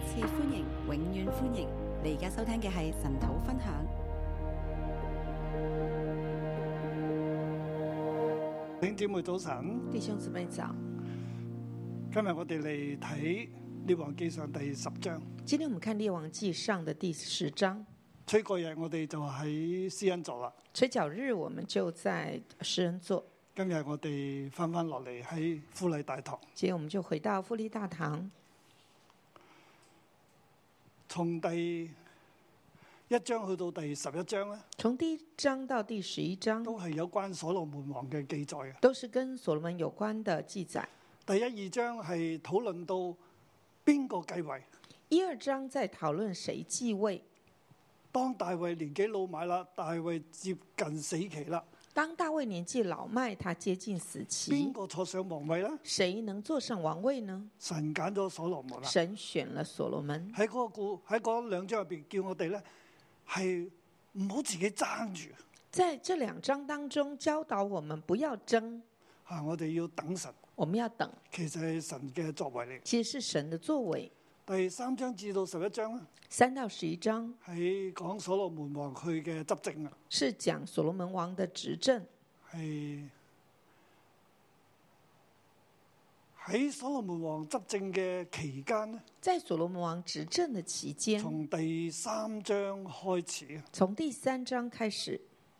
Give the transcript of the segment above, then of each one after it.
次歡迎，永遠歡迎！你而家收聽嘅係神土分享。 弟兄姊妹早晨， 弟兄姊妹早。 今日我哋嚟睇列王記上第10章。 今天我們看列王記上的第10章。 吹角日我哋就喺施恩座啦。 吹角日我們就在施恩座。 今日我哋翻落嚟喺富麗大堂。 今天我們就回到富麗大堂。 從第1章去到第11章咧， 從第1章到第11章都係有關所羅門王嘅記載嘅， 都是跟所羅門有關的記載。 第1、2章係討論到邊個繼位 ，1、2章在討論誰繼位。 當大衛年紀老邁啦，大衛接近死期啦。 當大衛年紀老邁，他接近死期， 邊個坐上皇位呢？ 誰能坐上王位呢？ 神揀咗所羅門啦。 神選了所羅門。 喺嗰2章入邊，叫我哋咧係唔好自己爭住。 在這2章當中，教導我們不要爭。 我哋要等神。 我們要等。 其實係神嘅作為嚟。 其實是神的作為。 第3章至到11章咧 ，3到11章係講所羅門王佢嘅執政啊， 是講所羅門王的執政。 係喺所羅門王執政嘅期間咧， 在所羅門王執政的期間， 從第3章開始， 從第3章開始，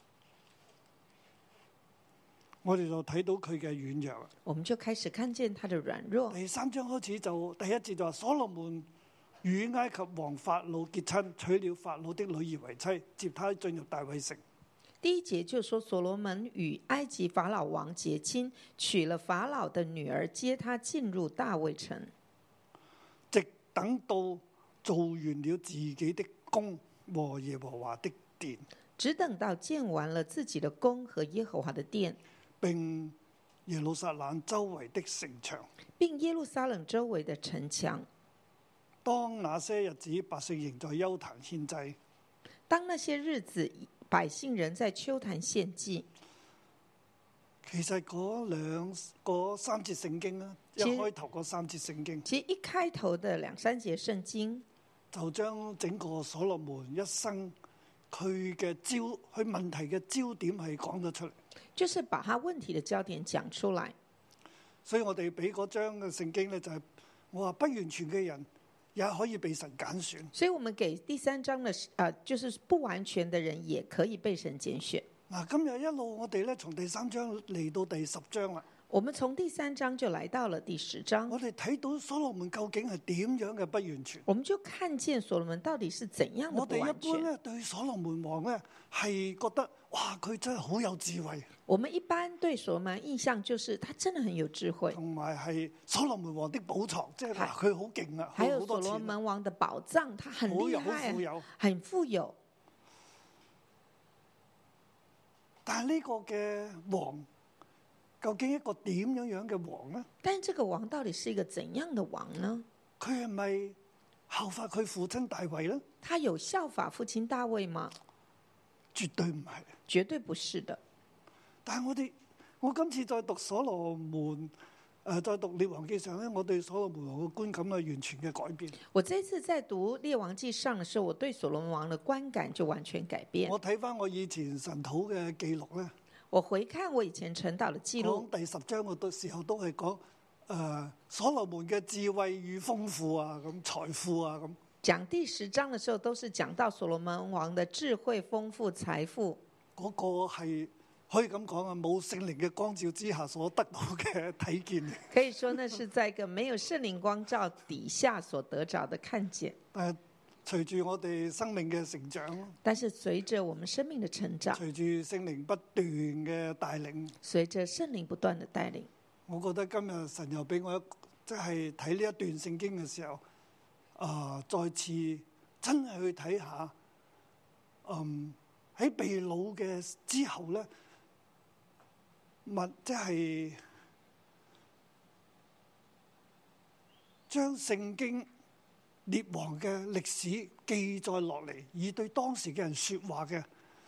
我哋就睇到佢嘅軟弱。 我們就開始看見他的軟弱。 第3章開始就第1節就話所羅門與埃及王法老結親，娶了法老的女兒為妻，接他進入大衛城。 第1節就說所羅門與埃及法老王結親，娶了法老的女兒，接他進入大衛城。 直等到做完了自己的宮和耶和華的殿， 只等到建完了自己的宮和耶和華的殿， 並耶路撒冷周圍的城牆， 並耶路撒冷周圍的城牆。 當那些日子，百姓仍在丘壇獻祭。 當那些日子，百姓仍在丘壇獻祭。 其實嗰3節聖經咧，一開頭嗰3節聖經， 其實一開頭的2、3節聖經， 就將整個所羅門一生佢問題嘅焦點係講咗出嚟， 就是把他問題的焦點講出來。 所以我哋俾嗰章嘅聖經咧，就係我話不完全嘅人也可以被神揀選。 所以我們給第3章的就是不完全的人也可以被神揀選。 嗱，今日一路我哋咧從第3章嚟到第10章啦。 我們從第3章就來到了第10章。 我哋睇到所羅門究竟係點樣嘅不完全。 我們就看見所羅門到底是怎樣的不完全。 我哋一般咧對所羅門王咧係覺得哇，佢真係好有智慧。 我們一般對所羅門印象就是他真的很有智慧， 同埋係所羅門王的寶藏，即係佢好勁啊， 還有所羅門王的寶藏，他很厲害，很富有。 但係呢個嘅王究竟一個點樣嘅王呢？ 但這個王到底是一個怎樣的王呢？ 佢係咪效法佢父親大衛呢？ 他有效法父親大衛嗎？ 絕對唔係， 絕對不是的。 但係我今次再讀所羅門再讀列王記上咧，我對所羅門王嘅觀感係完全嘅改變。 我這次在讀列王記上嘅時候，我對所羅門王嘅觀感就完全改變。 我睇翻我以前神土嘅記錄咧， 我回看我以前陳導嘅記錄， 講第10章嘅時候都係講所羅門嘅智慧與豐富啊，咁財富啊咁。 講第10章嘅時候，都是講到所羅門王嘅智慧、豐富、財富。 嗰個係可以咁講啊，冇聖靈嘅光照之下所得到嘅睇見。 可以說，那是在一個沒有聖靈光照底下所得着的看見。 隨住我哋生命嘅成長， 但是隨着我們生命的成長， 隨住聖靈不斷嘅帶領， 隨着聖靈不斷的帶領， 我覺得今日神又俾我即係睇呢一段聖經嘅時候，再次真係去睇下，喺被擄嘅之後咧，即係將聖經列王嘅歷史記載落嚟，以對當時嘅人說話嘅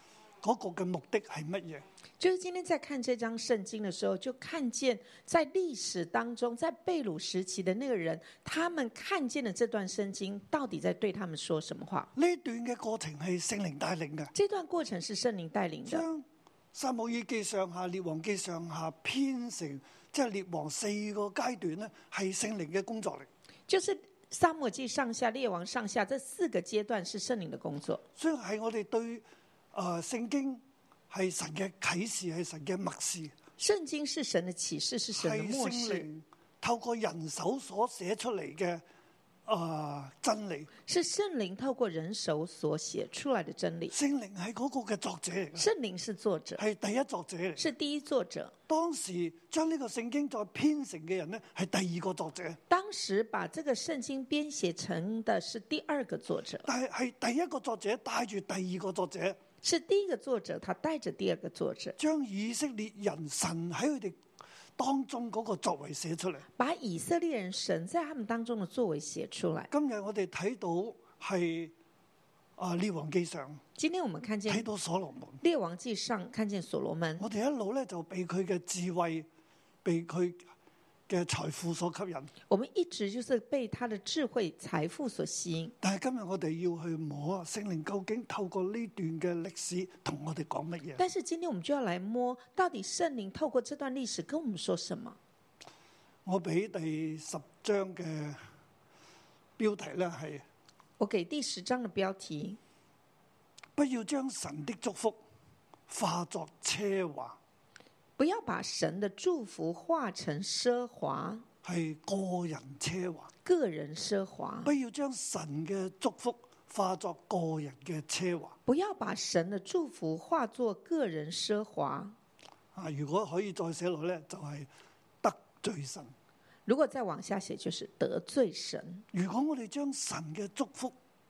嗰個嘅目的係乜嘢？ 就是今天在看這章聖經的時候，就看見在歷史當中，在被擄時期的那個人，他們看見了這段聖經到底在對他們說什麼話。 呢段嘅過程係聖靈帶領嘅， 這段過程是聖靈帶領的。 將撒母耳記上下、列王記上下編成即係列王4個階段呢，係聖靈嘅工作嚟。 就是撒母耳記上下、列王上下這4個階段是聖靈的工作， 所以係我哋對聖經係神嘅啟示，係神嘅默示。 聖經是神的啟示，是神的默示， 係聖靈透過人手所寫出嚟嘅真理， 是聖靈透過人手所寫出來的真理。 聖靈係嗰個嘅作者嚟嘅， 聖靈是作者， 係第一作者嚟， 是第一作者。 當時將呢個聖經再編成嘅人呢，係第二個作者。 當時把這個聖經編寫成的是第二個作者， 但係第一個作者帶住第二個作者， 是第一個作者，他帶着第二個作者， 將以色列人神喺佢哋當中嗰個作為寫出嚟， 把以色列人神在他們當中的作為寫出來。 今日我哋睇到係列王記上， 今天我們看見睇到所羅門， 列王記上看見所羅門， 我哋一路咧就被佢嘅智慧，被佢嘅財富所吸引。 我們一直就是被他的智慧財富所吸引。 但係今日我哋要去摸聖靈究竟透過呢段嘅歷史同我哋講乜嘢？ 但是今天我們就要來摸，到底聖靈透過這段歷史跟我們說什麼？ 我俾第10章嘅標題咧係， 我給第10章的標題： 不要將神的祝福化作奢華。 不要把神的祝福化成奢華， 係個人奢華。 個人奢華。 不要將神嘅祝福化作個人嘅奢華。 不要把神的祝福化作個人奢華。 如果可以再寫落咧，就係得罪神。 如果再往下寫，就是得罪神。 如果我哋將神嘅祝福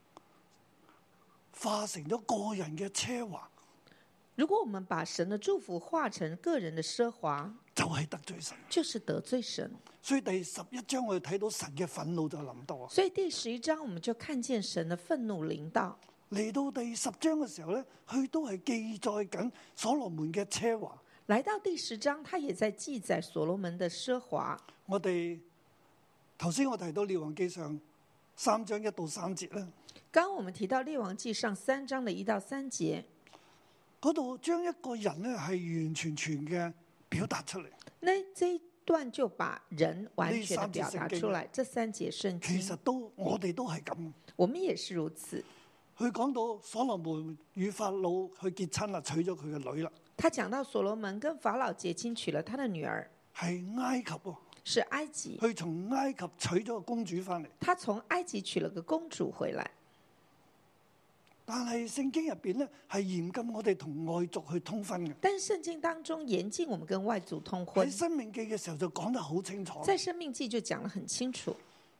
化成咗個人嘅奢華， 如果我們把神的祝福化成個人的奢華， 就係得罪神， 就是得罪神。 所以第11章我哋睇到神嘅憤怒就臨到。 所以第11章我們就看見神的憤怒臨到。 嚟到第10章嘅時候咧，佢都係記載緊所羅門嘅奢華。 來到第10章，他也在記載所羅門的奢華。 我哋頭先我提到列王記上3章1到3節啦。 剛剛我們提到列王記上3章的1到3節。 嗰度將一個人咧係完完全全嘅表達出嚟。 那這一段就把人完全的表達出來。這3節聖經其實我哋都係咁。 我們也是如此。 佢講到所羅門與法老去結親啦，娶咗佢嘅女啦。 他講到所羅門跟法老結親，娶了他的女兒， 係埃及喎。 是埃及。 佢從埃及娶咗個公主翻嚟。 他從埃及娶了個公主回來。 但係聖經入邊咧係嚴禁我哋同外族去通婚嘅。 但聖經當中嚴禁我們跟外族通婚。 喺申命記嘅時候就講得好清楚。 在申命記就講得很清楚。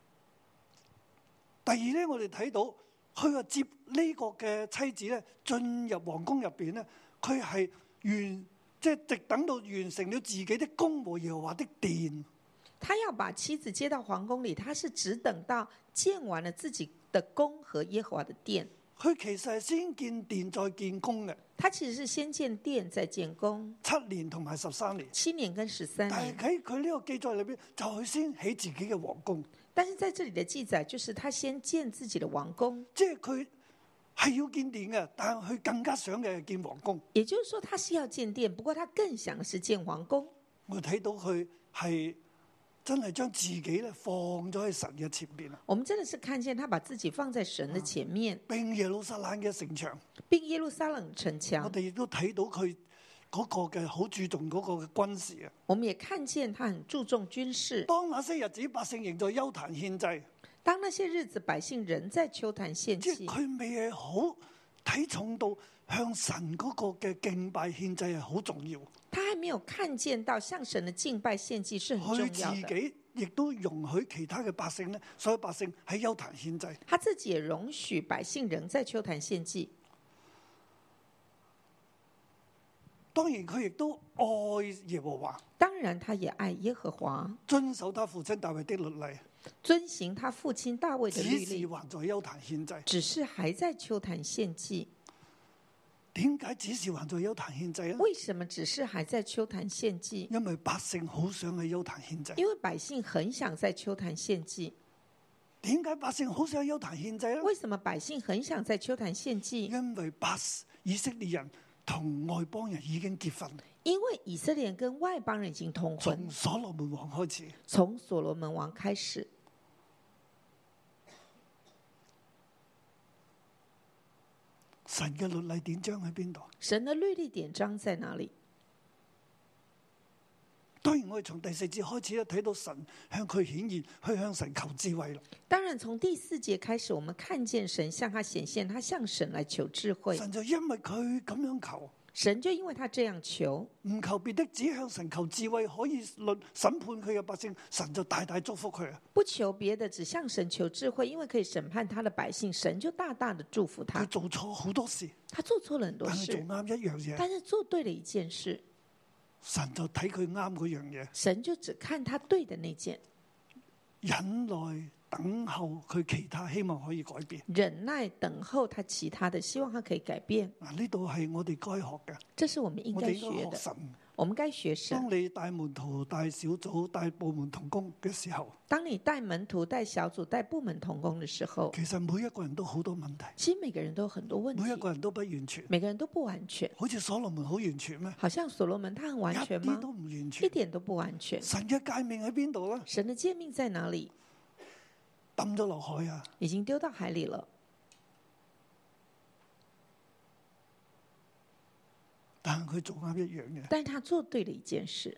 第二咧，我哋睇到佢話接呢個嘅妻子咧進入皇宮入邊咧，佢係直等到完成了自己的宮和耶和華的殿。 他要把妻子接到皇宮裏，他是只等到建完了自己的宮和耶和華的殿。 佢其實係先建殿再建宮嘅。 他其實是先建殿再建宮 ，7年同埋13年。 7年跟13年。 但係喺佢呢個記載裏邊，就佢先起自己嘅皇宮。 但是在這裡的記載，就是他先建自己的王宮。 即係佢係要建殿嘅，但係佢更加想嘅係建皇宮。 也就是說，他是要建殿，不過他更想的是建皇宮。 我睇到佢係真係將自己咧放咗喺神嘅前邊啊！ 我們真的是看見他把自己放在神的前面， 並耶路撒冷嘅城牆， 並耶路撒冷城牆。 我哋亦都睇到佢嗰個嘅好注重嗰個嘅軍事啊！ 我們也看見他很注重軍事。 當那些日子，百姓仍在丘壇獻祭。 當那些日子，百姓仍在丘壇獻祭。 即係佢未係好睇重到向神嗰個嘅敬拜獻祭係好重要。 他還沒有看見到向神的敬拜獻祭是很重要的。 佢自己亦都容許其他嘅百姓呢，所有百姓喺丘壇獻祭。 他自己也容許百姓仍在丘壇獻祭。 當然佢亦都愛耶和華。 當然他也愛耶和華， 遵守他父親大衛的律例， 遵行他父親大衛的律例。 只是還在丘壇獻祭， 只是還在丘壇獻祭。 點解只是還在邱壇獻祭啊？ 為什麼只是還在秋壇獻祭？ 因為百姓好想喺邱壇獻祭。 因為百姓很想在秋壇獻祭。 點解百姓好想喺邱壇獻祭咧？ 為什麼百姓很想在秋壇獻祭？ 因為以色列人同外邦人已經結婚。 因為以色列人跟外邦人已經通婚， 從所羅門王開始。 從所羅門王開始。 神嘅律例典章喺邊度？ 神的律例典章在哪裡？ 當然，我哋從第4節開始咧，睇到神向佢顯現，去向神求智慧啦。 當然，從第4節開始，我們看見神向他顯現，他向神來求智慧。 神就因為佢咁樣求， 神就因為他這樣求， 唔求別的，只向神求智慧，可以審判佢嘅百姓，神就大大祝福佢啊！ 不求別的，只向神求智慧，因為可以審判他的百姓，神就大大的祝福他。 佢做錯好多事， 他做錯了很多事， 但係做啱一樣嘢， 但是做對了一件事， 神就睇佢啱嗰樣嘢， 神就只看他對的那件， 忍耐等候佢其他，希望可以改變。 忍耐等候他其他的，希望他可以改變。 嗱，呢度係我哋該學嘅， 這是我們應該學的。 我哋應該學神。 我們該學神。 當你帶門徒、帶小組、帶部門同工嘅時候， 當你帶門徒、帶小組、帶部門同工的時候， 其實每一個人都好多問題， 其實每個人都有很多問題， 每一個人都不完全， 每個人都不完全。 好似所羅門好完全咩？ 好像所羅門他很完全嗎？ 一啲都唔完一全， 點都不完全。 神嘅誡命喺邊度咧？ 神的誡命在哪裡？ 抌咗落海啊！ 已經丟到海裡了。 但係佢做啱一樣嘅， 但他做對了一件事，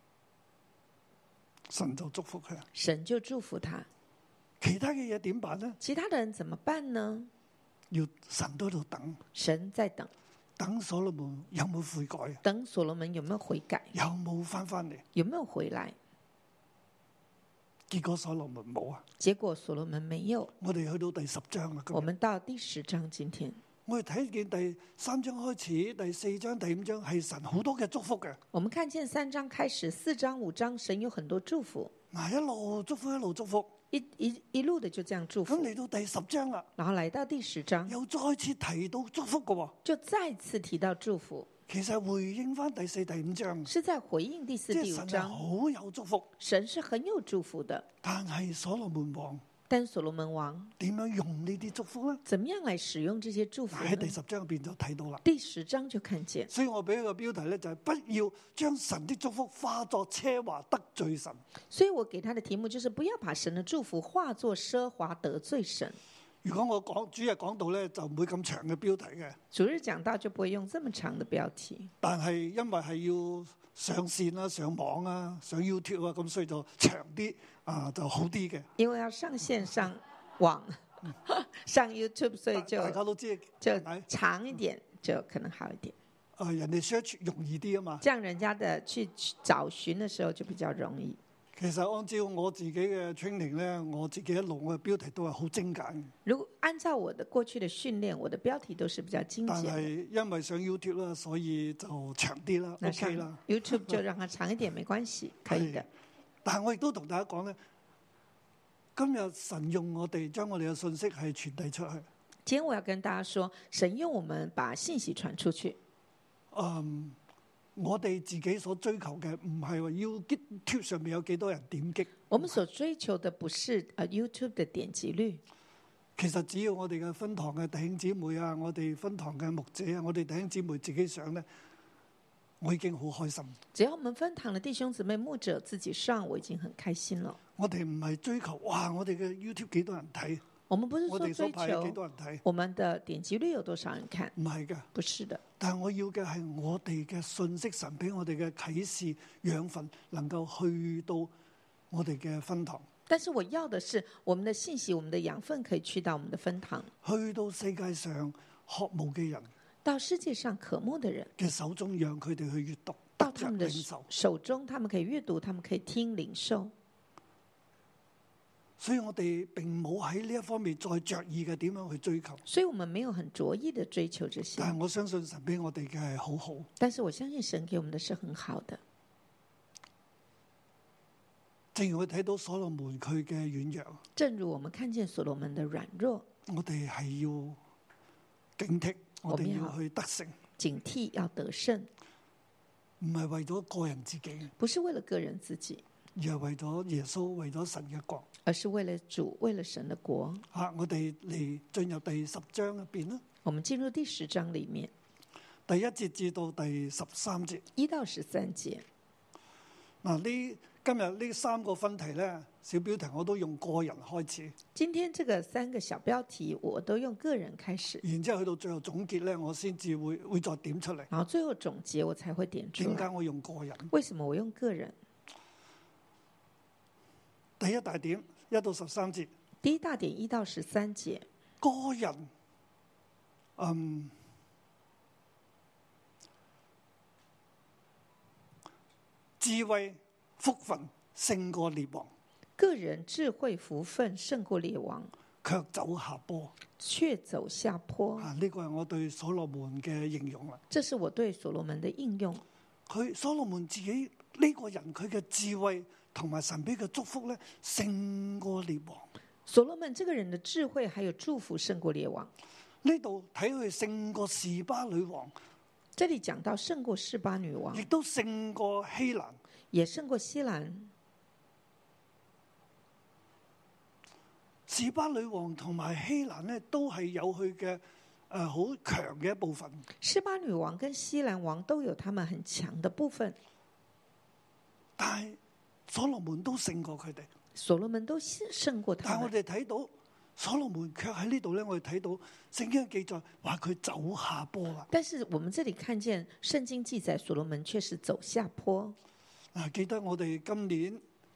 神就祝福佢。 神就祝福他。 其他嘅嘢點辦呢？ 其他的人怎麼辦呢？ 要神都喺度等， 神在等， 等所羅門有冇悔改， 等所羅門有沒有悔改， 有冇翻嚟？ 有沒有回來？ 結果所羅門冇啊！ 結果所羅門沒有。 我哋去到第10章啦， 我們到第10章，今天我哋睇見第3章開始，第4章、第5章係神好多嘅祝福嘅。 我們看見3章開始，4章、5章，神有很多祝福。 嗱，一路祝福，一路祝福， 一路的就這樣祝福。 咁嚟到第10章啦， 然後來到第10章， 又再次提到祝福嘅喎， 就再次提到祝福。 其實回應翻第4、第5章， 是在回應第4、第5 神係章。 好有祝福， 神是很有祝福的。 但係所羅門王， 但所羅門王點樣用呢啲祝福呢？ 怎麼樣來使用這些祝福呢？ 喺第10章入邊就睇到啦。 第10章就看見。 所以我俾一個標題咧，就係不要將神的祝福化作奢華得罪神。 所以我給他的題目就是不要把神的祝福化作奢華得罪神。 如果我主日講到咧，就唔會咁長嘅標題嘅。 主日講到就不會用這麼長的標題。 但係因為係要上線啦、上網啊、上 YouTube 啊，咁所以就長啲啊，就好啲嘅。 因為要上線上網、上 YouTube， 所以就大家都知就長一點，就可能好一點。 人哋 search 容易啲啊嘛。 這樣人家的去找尋的時候就比較容易。 其實按照我自己嘅 training 咧，我自己一路我嘅標題都係好精簡嘅。 如果按照我的過去的訓練，我的標題都是比較精簡。 但係因為上 YouTube 啦，所以就長啲啦，OK 啦。 YouTube 就讓它長一點，沒關係，可以的。 但係我亦都同大家講咧，今日神用我哋將我哋嘅信息係傳遞出去。 今天我要跟大家說，神用我們把信息傳出去。 我哋自己所追求嘅唔係話要 YouTube 上面有幾多人點擊。 我們所追求的不是YouTube 的點擊率。 其實只要我哋嘅分堂嘅弟兄姊妹啊，我哋分堂嘅牧者啊，我哋弟兄姊妹自己上咧，我已經好開心。 只要我們分堂的弟兄姊妹牧者自己上，我已經很開心了。 我哋唔係追求哇，我哋嘅 YouTube 幾多人睇。 我們不是說我哋所追求幾多人睇， 我們的點擊率有多少人看， 唔係嘅， 不是的。 但係我要嘅係我哋嘅信息，神俾我哋嘅啟示養分，能夠去到我哋嘅分堂。 但是我要的是我們的信息，我們的養分可以去到我們的分堂， 去到世界上渴慕嘅人， 到世界上渴慕的人嘅手中，讓佢哋去閱讀， 到他們的領受。 手中，他們可以閱讀，他們可以聽領受。 所以我哋並冇喺呢一方面再着意嘅點樣去追求。 所以我們沒有很着意的追求這些。 但係我相信神俾我哋嘅係好好。 但是我相信神給我們的是很好的。 正如我睇到所羅門佢嘅軟弱， 正如我們看見所羅門的軟弱， 我哋係要警惕， 我哋要去得勝， 警惕要得勝， 唔係為咗個人自己， 不是為了個人自己， 而係為咗耶穌，為咗神嘅國。 而是為了主，為了神的國。 我哋嚟進入第10章入邊啦。 我們進入第10章裡面， 第1節至到第13節 1到13節。 今日呢3個分題呢，小標題我都用個人開始。 今天這個3個小標題，我都用個人開始。 然之後去到最後總結呢，我先至會再點出嚟。 然後最後總結，我才會點出來。 點解我用個人？ 為什麼我用個人？ 第一大點1到13節。 第一大點1到13節。 個人，智慧福分勝過列王， 個人智慧福分勝過列王， 卻走下坡。 卻走下坡。 呢個係我對所羅門嘅形容啦。 這是我對所羅門的應用。 所羅門自己呢個人，佢嘅智慧同埋神俾嘅祝福咧，勝過列王。 所羅門這個人的智慧還有祝福勝過列王。 呢度睇佢勝過示巴女王。 這裏講到勝過示巴女王， 亦都勝過希蘭， 也勝過希蘭。 示巴女王同埋希蘭呢，都係有佢嘅好強嘅一部分。 示巴女王跟希蘭王都有他們很強的部分， 但係所羅門都勝過佢哋。 所羅門都勝過他們。 但係我哋睇到所羅門卻喺呢度咧，我哋睇到聖經記載話佢走下坡啦。 但是我們這裏看見聖經記載所羅門卻是走下坡。 記得我哋今年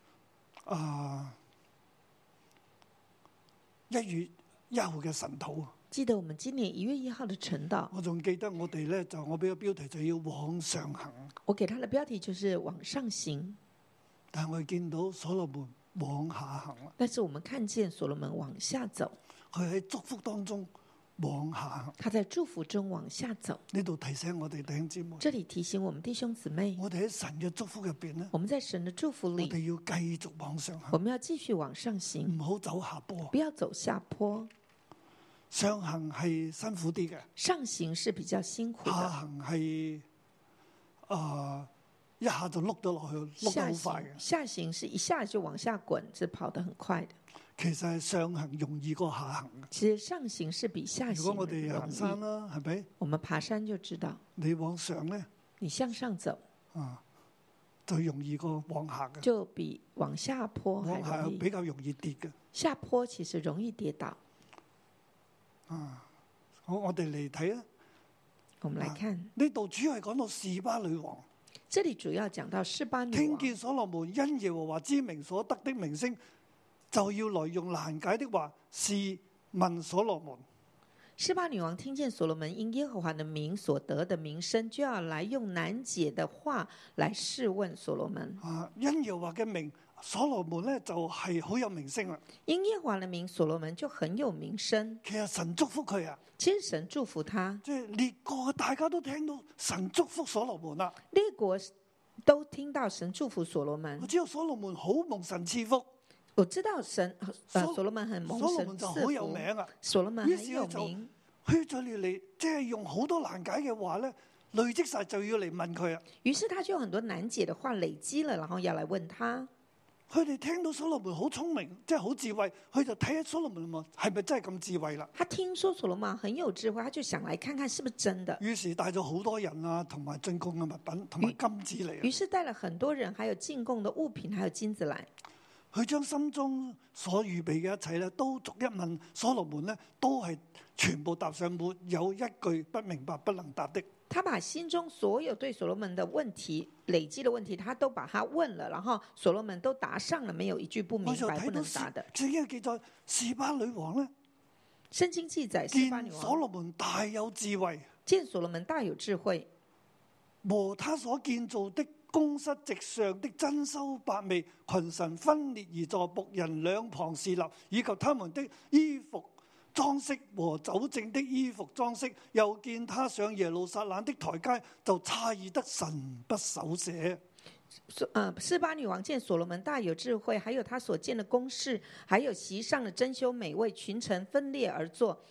1月1號嘅晨禱。 記得我們今年1月1號的晨禱。 我仲記得我哋咧，我俾個標題就要往上行。 我給他的標題就是往上行。 但係我哋見到所羅門往下行啦。 但是我們看見所羅門往下走， 佢喺祝福當中往下行。 他在祝福中往下走。 呢度提醒我哋弟兄姊妹， 這裏提醒我們弟兄姊妹， 我哋喺神嘅祝福入邊呢， 我們在神的祝福裏， 我哋要繼續往上行。 我們要繼續往上行， 唔好走下坡， 不要走下坡。 上行係辛苦啲嘅， 上行是比較辛苦的， 下行係一下就碌咗落去，碌得好快嘅。 下行是一下就往下滾，是跑得很快的。 其實係上行容易過下行嘅。 其實上行是比下行。 如果我哋行山啦，係咪？ 我們爬山就知道， 你往上咧， 你向上走就容易過往下嘅。 就比往下坡還往下比較容易跌嘅。 下坡其實容易跌倒。 我哋嚟睇啊。 我們來看呢度主要係講到示巴女王。 這裏主要講到示巴女王。 聽見所羅門因耶和華之名所得的名聲，就要來用難解的話試問所羅門。 示巴女王聽見所羅門因耶和華的名所得的名聲，就要來用難解的話來試問所羅門。 因耶和華嘅名，所羅門呢就係好有名聲啦。 因耶和華的名，所羅門就很有名聲。 其實神祝福佢啊， 其實神祝福他， 即係列國大家都聽到神祝福所羅門啦。 列國都聽到神祝福所羅門。 我知道所羅門好蒙神賜福。 我知道所羅門很蒙神賜福。 所羅門就好有名啊。 所羅門很有名。 佢再嚟，即係用好多難解嘅話咧，累積晒就要嚟問佢啊。 於是他就有很多難解的話累積了，然後要來問他。 佢哋聽到所羅門好聰明，即係好智慧，佢就睇下所羅門係咪真係咁智慧啦。 他聽說所羅門很有智慧，他就想來看看是不是真的。 於是帶咗好多人啊，同埋進貢嘅物品，同埋金子嚟。 於是帶了很多人，還有進貢的物品，還有金子來。 佢將心中所預備嘅一切咧，都逐一問所羅門咧，都係全部答上，沒有一句不明白不能答的。 他把心中所有對所羅門的問題累積的問題，他都把他問了，然後所羅門都答上了，沒有一句不明白不能答的。 聖經記載示巴女王咧， 聖經記載示巴女王見所羅門大有智慧， 見所羅門大有智慧， 和他所建造的宮室席上的珍饈百味，群臣分列而坐，僕人兩旁侍立，以及他們的衣服裝飾和酒政的衣服裝飾，又見他上耶路撒冷的台階，就詫異得神不守舍。 示巴女王見所羅門大有智慧，還有他所建的宮室，還有席上的珍饈美味，群臣分列而坐，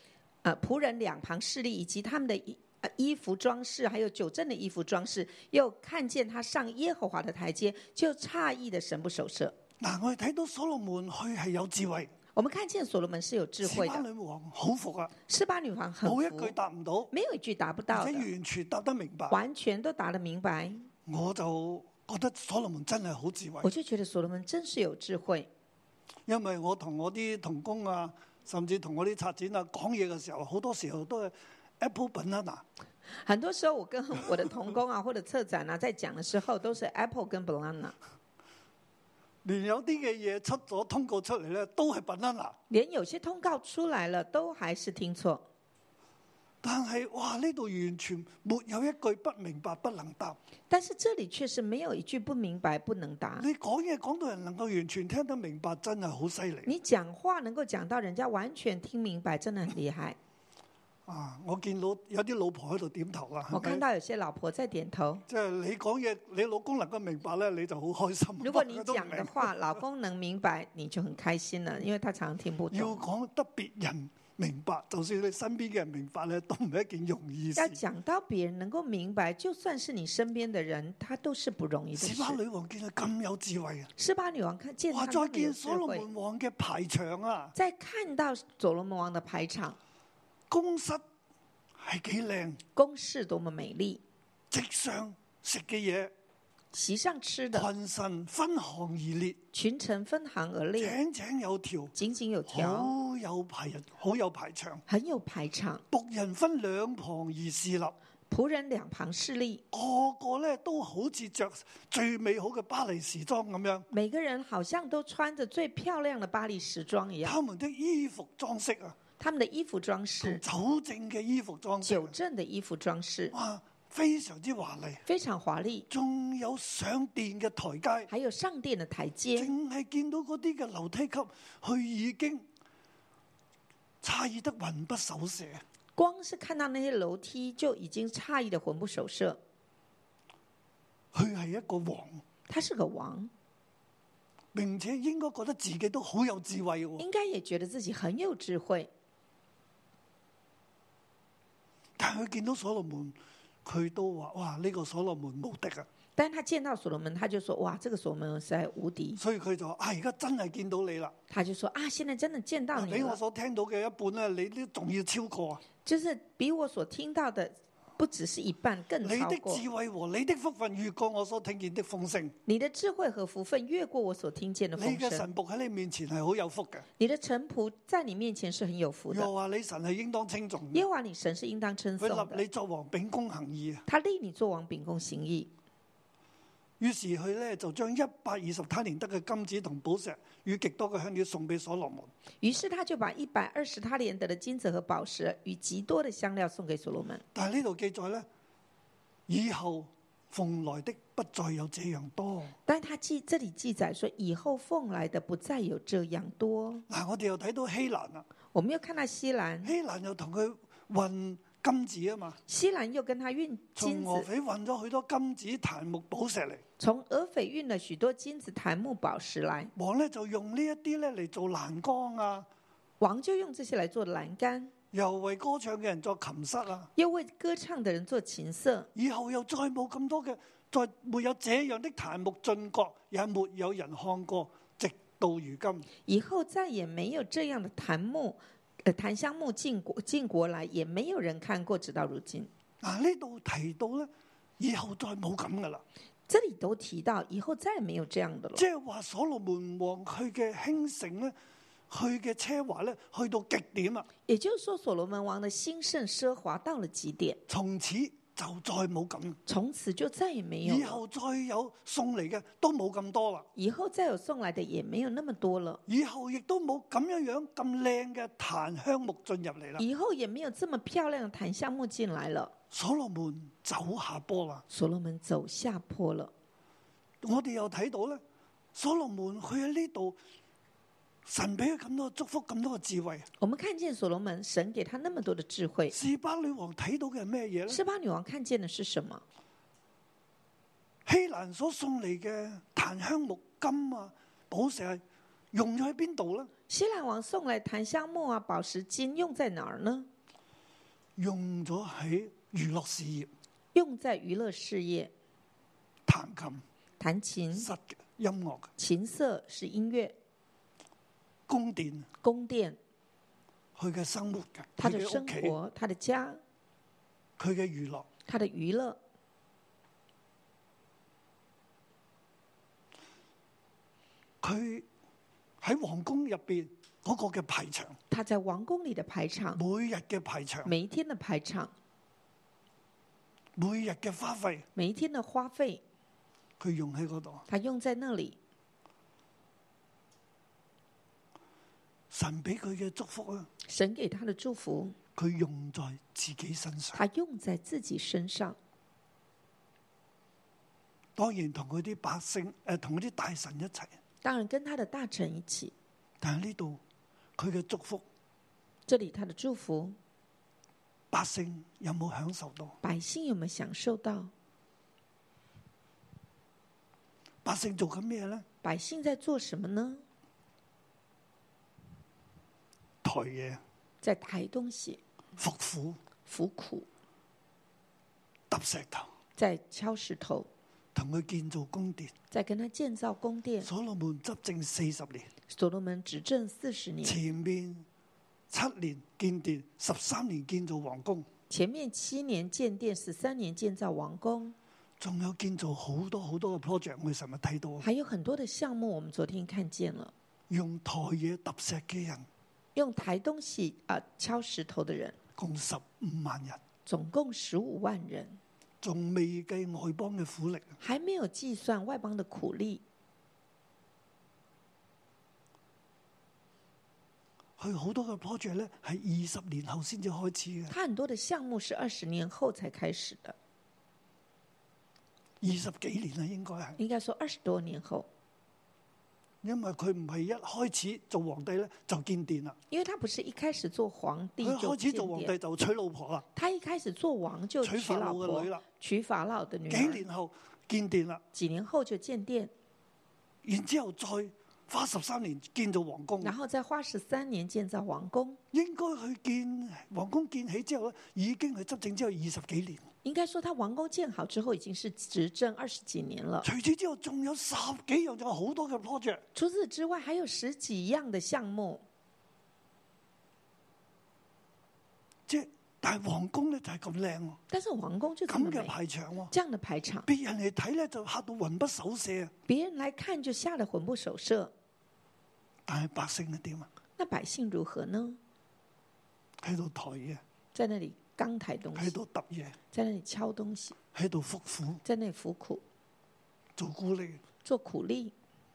仆人两旁侍立，以及他们的衣服装饰，还有酒政的衣服装饰，又看見他上耶和華的台階，就詫異的神不守舍。 嗱，我哋睇到所羅門佢係有智慧， 我們看見所羅門是有智慧示巴的， 女王好服啊， 示巴女王很冇一句服， 答唔到， 沒有一句答不到而且的， 完全答得明白。 完全都答得明白。 我就覺得所羅門真係好智慧我，就覺得所羅門真是有智慧， 因為我同我啲同工啊，甚至同我啲策展啊講嘢嘅時候，好多時候都係 Apple banana。 很多時候我跟我的同工啊或者策展啊在講的時候，都是 Apple 跟 banana， 連有啲嘅嘢出咗通告出嚟咧，都係 banana。 連有些通告出來了，都還是聽錯。 但係哇，呢度完全沒有一句不明白不能答。 但是這裡確實沒有一句不明白不能答。 你講嘢講到人能夠完全聽得明白，真係好犀利。 你講話能夠講到人家完全聽明白，真的很厲害。 啊！我見到有啲老婆喺度點頭啦。 我看到有些老婆在點頭。 即係你講嘢，你老公能夠明白咧，你就好開心。 如果你講的話，老公能明白，你就很開心了，因為他常常聽不懂。 要講得別人明白，就算你身邊嘅人明白咧，都唔係一件容易事。 要講到別人能夠明白，就算是你身邊的人，他都是不容易的事。 示巴女王見佢咁有智慧啊！ 示巴女王看見哇！ 他再見所羅門王嘅排場啊， 再看到所羅門王的排場， 宮室係幾靚， 宮室多麼美麗， 席上食嘅嘢， 席上吃的， 群臣分行而列， 群臣分行而列， 井井有條， 井井有條， 好有排人，好有排場。 很有排場。 僕人分兩旁而侍立， 僕人兩旁侍立， 個個咧都好似着最美好嘅巴黎時裝咁樣。 每個人好像都穿着最漂亮的巴黎時裝一樣。 他們的衣服裝飾啊， 他們的衣服裝飾， 酒政嘅衣服裝飾， 酒政的衣服裝飾， 哇，非常之華麗， 非常華麗。 仲有上殿嘅台階， 還有上殿的台階， 淨係見到嗰啲嘅樓梯級，佢已經詫異得魂不守舍。 光是看到那些樓梯就已經詫異的魂不守舍。 佢係一個王， 他是個王， 並且應該覺得自己都好有智慧喎。 應該也覺得自己很有智慧。 但係佢見到所羅門，佢都話：哇！呢個所羅門無敵啊！ 但他見到所羅門，他就說：哇，這個所羅門實在無敵。 所以佢就話：啊，而家真係見到你啦！ 他就說：啊，現在真的見到你比我了， 所聽到嘅一半咧，你都仲要超過啊！ 就是比我所聽到的不只是一半，更你的超過。 智慧和你的福分越過我所聽見的風聲。 你的智慧和福分越過我所聽見的你嘅風聲。 神僕喺你面前係好有福嘅。 你的臣僕在你面前是很有福的。 又話你神係應當稱頌嘅， 耶和華你神是應當稱頌的。 佢立你作王秉公行義啊！ 他立你作王秉公行義。 於是佢咧就將120他連得嘅金子同寶石與極多嘅香料送俾所羅門。 於是他就把120他連得的金子和寶石與極多的香料送給所羅門。 但係呢度記載咧，以後奉來的不再有這樣多。 但他這裏記載說，以後奉來的不再有這樣多。 嗱，我哋又睇到希蘭啦， 我們又看到西蘭， 希蘭又同佢運金子啊嘛， 西蘭又跟他運金子， 從俄斐運咗許多金子、檀木、寶石嚟。 從俄斐運了許多金子、檀木、寶石來。 王咧就用呢一啲咧嚟做欄杆啊， 王就用這些來做欄杆， 又為歌唱嘅人作琴瑟啊。 又為歌唱的人做琴瑟。 以後又再冇咁多嘅，再沒有這樣的檀木進國，也沒有人看過，直到如今。 以後再也沒有這樣的檀香木進國來，也沒有人看過，直到如今。 嗱，呢度提到咧，以後再冇咁噶啦。 這裡都提到，以後再也沒有這樣的了。 即係話所羅門王佢嘅興盛咧，佢嘅奢華咧，去到極點啦。 也就是說，所羅門王的興盛奢華到了極點， 從此就再冇咁， 從此就再也沒有。 以後再有送嚟嘅都冇咁多啦。 以後再有送來的也沒有那麼多了。 以後亦都冇咁樣咁靚嘅檀香木進入嚟啦。 以後也沒有這麼漂亮的檀香木進來了。 所羅門走下坡啦。 所羅門走下坡了。 我哋又睇到咧，所羅門佢喺呢度，神俾佢咁多祝福，咁多嘅智慧。 我們看見所羅門，神給他那麼多的智慧。 示巴女王睇到嘅係咩嘢咧？ 示巴女王看見的是什麼？ 希蘭所送嚟嘅檀香木金啊、寶石用咗喺邊度咧？ 西蘭王送來檀香木啊、寶石金用在哪兒呢？ 用咗喺娛樂事業， 用在娛樂事業， 彈琴、 彈琴、 室嘅音樂嘅琴瑟是音樂， 宮殿， 宮殿， 佢嘅生活嘅， 他的佢嘅屋企， 生活，他的家， 佢嘅娛樂， 他的娛樂。 佢喺皇宮入邊嗰個嘅排場， 他在王宮裏的排場， 每日嘅排場， 每一天的排場， 每日嘅花費， 每一天的花費， 佢用喺嗰度。 他用在那裏。 神俾佢嘅祝福啊， 神給他的祝福， 佢用在自己身上。 他用在自己身上。 當然同佢啲百姓同佢啲大臣一齊。 當然跟他的大臣一起， 但係呢度佢嘅祝福， 這裏他的祝福， 百姓有冇享受到？ 百姓有沒有享受到？ 百姓做緊咩呢？ 百姓在做什麼呢？ 抬嘢， 在抬東西， 服苦， 服苦， 揼石頭， 在敲石頭， 同佢建造宮殿。 在跟他建造宮殿。 所羅門執政40年， 所羅門執政40年， 前面7年建殿，13年建造王宮， 前面7年建殿，13年建造王宮， 仲有建造好多好多嘅 project，我哋尋日睇到， 還有很多的項目，我們昨天看見了。 用抬嘢揼石嘅人， 用抬東西敲石頭的人， 共15萬人， 總共15萬人， 仲未計外邦嘅苦力。 還沒有計算外邦的苦力。 佢好多嘅 project 咧，係20年後先至開始嘅。 他很多的項目是20年後才開始的 20幾年啦，應該係。 應該說20多年後， 因為佢唔係一開始做皇帝咧就建殿啦， 因為他不是一開始做皇帝佢開始就建殿， 做皇帝就娶老婆啦， 他一開始做王就娶娶法老老婆嘅女啦， 娶法老的女幾兒， 年後建殿啦， 幾年後就建殿， 然之後再花13年建造皇宮， 然後再花13年建造王宮。 應該佢建皇宮建起之後咧，已經係執政之後20幾年。 應該說，他王宮建好之後，已經是執政20幾年了。 除此之後，仲有10幾樣，仲有好多嘅 project。 除此之外，還有10幾樣的項目。 即係，但係皇宮咧就係咁靚喎， 但是皇宮就這麼咁嘅美， 排場喎， 這樣的排場， 別人嚟睇咧就嚇到魂不守舍啊！ 別人來看就嚇得魂不守舍。 但係百姓係點啊？ 那百姓如何呢？ 喺度抬嘢， 在那裡剛抬東喺西， 度揼嘢， 在那裡敲東西， 喺度服苦， 在那裡服苦， 做苦力。 做苦力。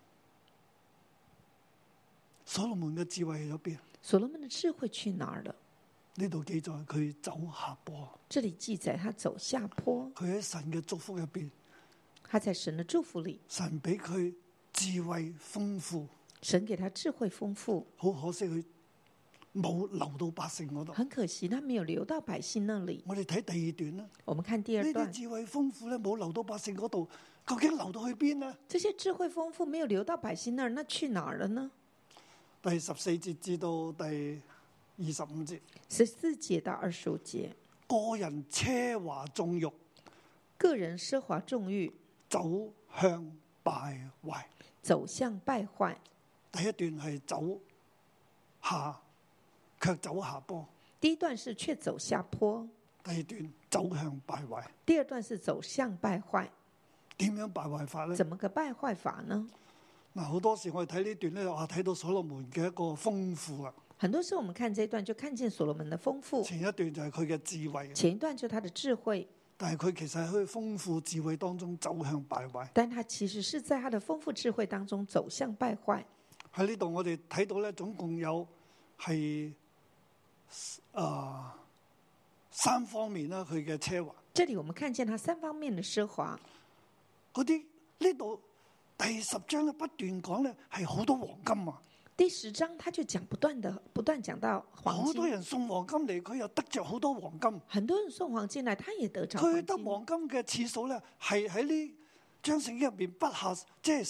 所羅門嘅智慧喺咗邊？ 所羅門的智慧去哪兒了？ 呢度記載佢走下坡， 這裡記載他走下坡， 佢喺神嘅祝福入邊， 他在神的祝福裡， 神俾佢智慧豐富。 神給他智慧豐富， 好可惜佢冇流到百姓嗰度。 很可惜他沒有流到百姓那裡。 我哋睇第2段啦， 我們看第呢二段啲，智慧豐富咧冇流到百姓嗰度，究竟流到去邊呢？ 這些智慧豐富沒有流到百姓那兒，那去哪兒了呢？ 第14節至到第25節 ？14節到25節， 個人奢華縱欲， 個人奢華縱欲， 走向敗壞。 走向敗壞。 第一段係走下，卻走下坡； 第一段是卻走下坡， 第二段走向敗壞。 第二段是走向敗壞。 點樣敗壞法呢？ 怎麼個敗壞法呢？ 嗱，好多時我哋睇呢段咧，睇到所羅門嘅一個豐富啦。 很多時候我們看這一段就看見所羅門的豐富， 前一段就係佢嘅智慧， 前一段就是他的智慧， 但係佢其實喺佢豐富智慧當中走向敗壞。 但他其實是在他的豐富智慧當中走向敗壞。 喺呢度我哋睇到咧，總共有係3方面啦，佢嘅奢華。 這裡我們看見他3方面的奢華。 嗰啲呢度第10章咧不斷講咧係好多黃金啊！ 第10章他就講不斷講到黃金， 好多人送黃金嚟，佢又得着好多黃金。 很多人送黃金來，他也得着黃金。 佢得黃金嘅次數咧係喺呢張聖經入邊不下，即係10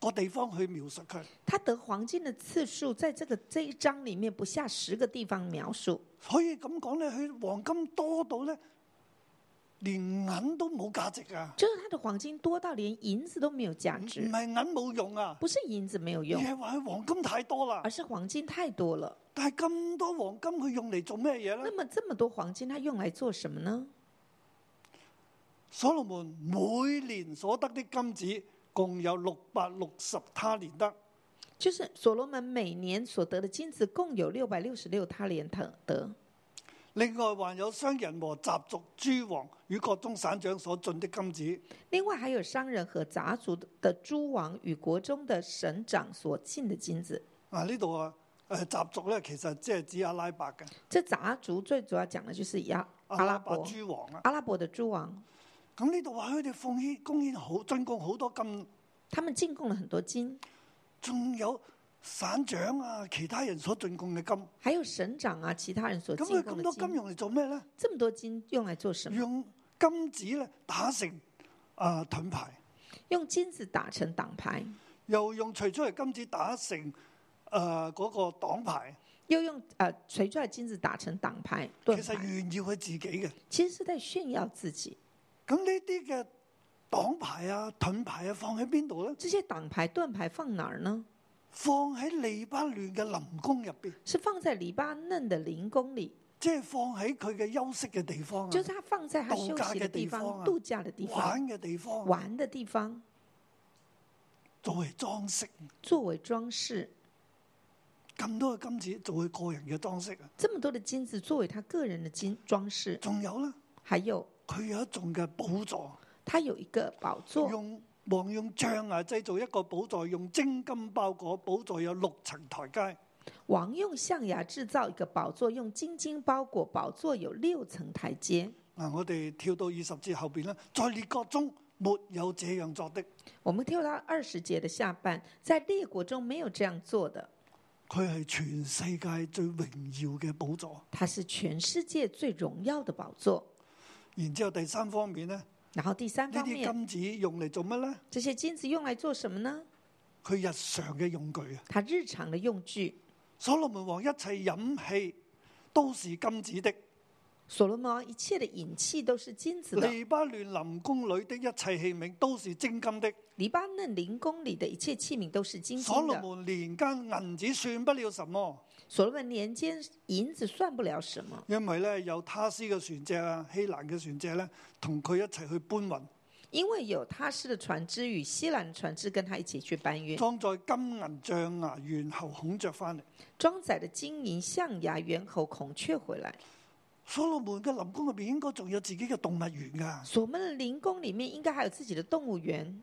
個地方去描述佢。 他得黃金的次數，在這一章裡面不下10個地方描述。 可以咁講咧，佢黃金多到咧，連銀都冇價值啊！ 就是他的黃金多到連銀子都沒有價唔值， 係銀冇用啊， 不是銀子沒有而用， 係話佢黃金太多啦而。是黃金太多了。 但係咁多黃金，佢用嚟做咩嘢咧？ 那麼這麼多黃金，他用來做什麼呢？ 所羅門每年所得的金子共有660他連得。 就是所羅門每年所得的金子共有666他連得。 另外還有商人和雜族諸王與國中省長所進的金子。 另外還有商人和雜族的諸王與國中的省長所進的金子。 呢度雜族咧，其實即係指阿拉伯嘅。 這雜族最主要講的就是阿拉伯諸王啊。 阿拉伯的諸王。 咁呢度話佢哋奉獻貢獻好進貢好多金， 他們進貢了很多金， 仲有省長啊，其他人所進貢嘅金。 還有省長啊，其他人所進貢的金。 咁佢咁多金用嚟做咩咧？ 這麼多金用來做什麼？ 用金子咧打成盾牌， 用金子打成擋牌， 又用除出嚟金子打成嗰個擋牌。 又用錘出來金子打成擋牌。 其實炫耀佢自己嘅， 其實是在炫耀自己。 咁呢啲嘅擋牌啊、盾牌啊，放喺邊度咧？ 這些擋牌、盾牌放哪兒呢？ 放喺黎巴嫩嘅林宮入邊， 是放在黎巴嫩的林宮裏， 即係放喺佢嘅休息嘅地方啊， 就是他放在他休息的地方、度假的地方、 玩嘅地方、 玩的地方， 作為裝飾， 作為裝飾。 咁多嘅金子作為個人嘅裝飾啊！ 這麼多的金子作為他個人的裝飾， 仲有咧， 還有佢有一種嘅寶座， 他有一個寶座， 王用象牙製造一個寶座，用精金包裹，寶座有6層台階。 王用象牙製造一個寶座，用金金包裹，寶座有6層台階。 我哋跳到20節後邊咧，在列國中沒有這樣做的。 我們跳到20節的下半，在列國中沒有這樣做的。 佢係全世界最榮耀嘅寶座， 它是全世界最榮耀的寶座。 然之後第三方面呢， 然後第三方面， 呢啲金子用嚟做乜呢？ 這些金子用來做什麼呢？ 佢日常嘅用具啊， 他日常的用具。 所羅門王一切飲器都是金子的。 所羅門王一切的飲器都是金子的。 黎巴嫩林宮裏的一切器皿都是精金的。 黎巴嫩林宮裏的一切器皿都是精金的。 所羅門年間銀子算不了什麼。 所羅門年間銀子算不了什麼， 因為咧有他施嘅船隻啊，希蘭嘅船隻咧，同佢一齊去搬運。 因為有他施的船隻與希蘭的船隻跟他一起去搬運， 裝載金銀象牙猿猴孔雀翻嚟， 裝載的金銀象牙猿猴孔雀回來。 所羅門嘅林宮入邊應該仲有自己嘅動物園噶。 所羅門的林宮裏面應該還有自己的動物園，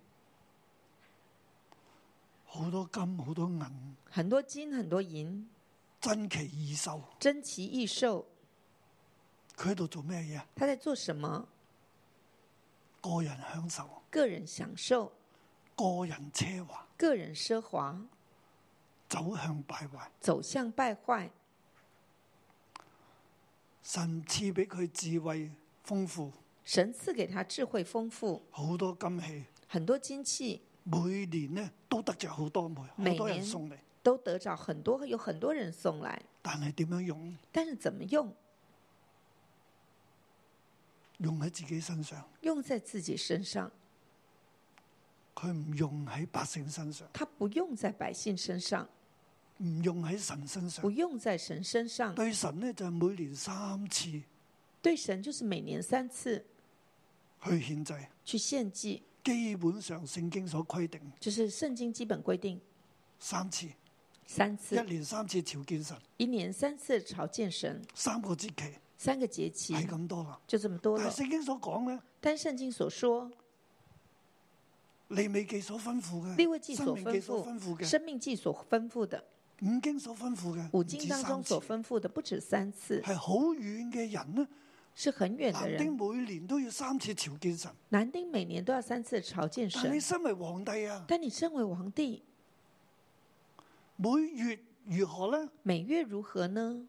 好多金，好多銀， 很多金，很多銀， 珍奇異獸， 珍奇異獸。 佢喺度做咩嘢？ 他在做什麼？ 個人享受， 個人享受， 個人奢華， 個人奢華， 走向敗壞， 走向敗壞。 神賜俾佢智慧豐富， 神賜給他智慧豐富， 好多金器， 很多金器， 每年呢都得着好多枚，好多人送嚟， 都得着很多，有很多人送來。 但係點樣用？ 但是怎麼用？ 用喺自己身上， 用在自己身上， 佢唔用喺百姓身上， 他不用在百姓身上， 唔用喺神身上， 不用在神身上。 對神呢，就係每年3次， 對神就是每年3次去獻祭， 去獻祭。 基本上聖經所規定， 就是聖經基本規定 3次 ，3次， 一年3次朝見神， 一年3次朝見神 ，3個節期 ，3個節期係咁多啦， 就這麼多了。 但係聖經所講呢， 但聖經所說， 利未記所吩咐嘅， 利未記所吩申命記所吩咐咐， 嘅， 申命記所吩咐的， 五經所吩咐嘅， 五經當中所吩咐的不止3次， 係好遠嘅人呢， 是很遠的男丁人。 每年都要3次朝見神， 男丁每年都要3次朝見但你神。 身為皇帝啊， 但你身為皇帝， 每月如何呢？ 每月如何呢？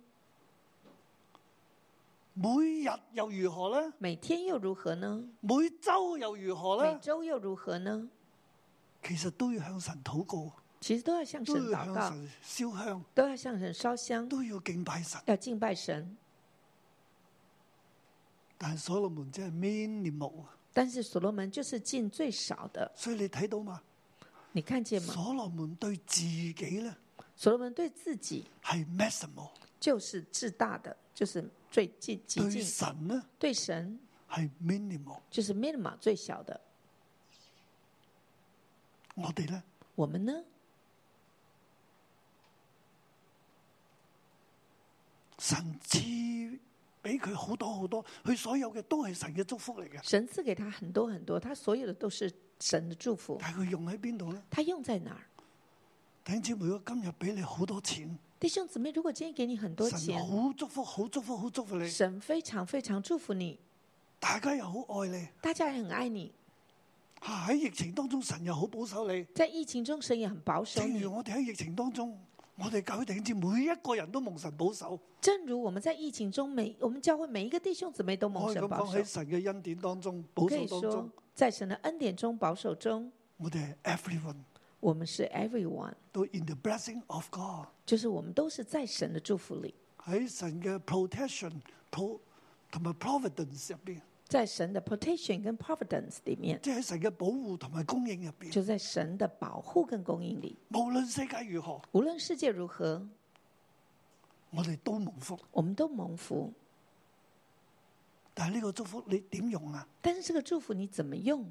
每日又如何呢？ 每天又如何呢？ 每週又如何每呢？ 周又如何呢？ 其實都要向神禱告， 其實都要向都要神禱告， 向神燒香， 都要向神燒香， 都要敬拜神。 要敬拜神。 但係所羅門只係 minimum， 但是所羅門就是盡最少的， 所以你睇到嘛？ 你看見嗎？ 所羅門對自己咧所羅門對自己係 maximum， 就是至大的，就是最極對盡。 神咧對神係 minimum。 就是 minimum 最小的。 我哋咧， 我們呢？ 神賜俾佢好多好多，佢所有嘅都係神嘅祝福嚟嘅。 神賜給他很多很多，他所有的都是神的祝福。 但係佢用喺邊度咧？ 他用在哪兒？ 弟兄姊妹，如果今日俾你好多錢， 弟兄姊妹，如果今天給你很多神錢， 好祝福，好祝福，好祝福你， 神非常非常祝福你， 大家又好愛你， 大家也很愛你。 喺疫情當中，神又好保守你。 在疫情中，神也很保守你。 正如我哋喺疫情當中，我哋教會弟兄姊妹每一個人都蒙神保守。 正如我們在疫情中，我們教會每一個弟兄姊妹都我可以咁講， 蒙神保守喺。神嘅恩典當中，保可以說守當中，， 在神的恩典中保守中， 我哋係 everyone 我們是 everyone， 都 in the blessing of God， 就是我們都是在神的祝福裏， 喺神嘅 protection 同埋 providence 入邊， 在神的 protection 跟 providence 裏面， 即係喺神嘅保護同埋供應入邊。 就在神的保護跟供應裏。 無論世界如何， 無論世界如何， 我哋都蒙福。 我們都蒙福。 但係呢個祝福你點用啊？ 但是這個祝福你怎麼用？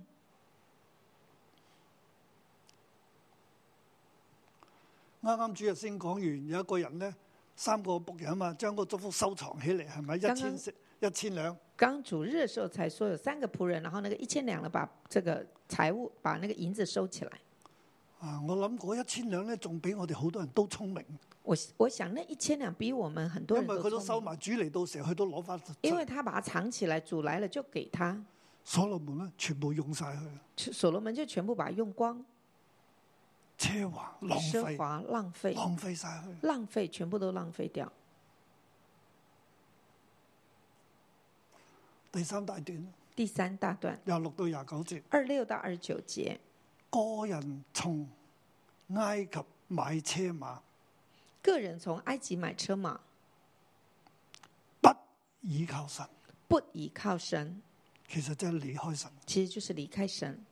啱啱主日先講完，有一個人咧，3個僕人啊嘛，將個祝福收藏起嚟，係咪剛剛 1000兩？ 剛主日的時候才說有3個僕人，然後那個1000兩呢，把這個財物，把那個銀子收起來。 啊，我諗嗰1000兩咧，仲比我哋好多人都聰明。 我想那1000兩比我們很多人因為佢都聰明， 收埋，主嚟到時候佢都攞翻。 因為他把它藏起來，主來了就給他。 所羅門咧，全部用晒佢， 所羅門就全部把它用光， 奢華浪費， 奢華浪費， 浪費晒佢。 浪費，全部都浪費掉。 第3大段， 第3大段 26到29節， 26到29節， 個人從埃及買車馬， 個人從埃及買車馬， 不倚靠神， 不倚靠神， 其實真係離開神。 其實就是離開神。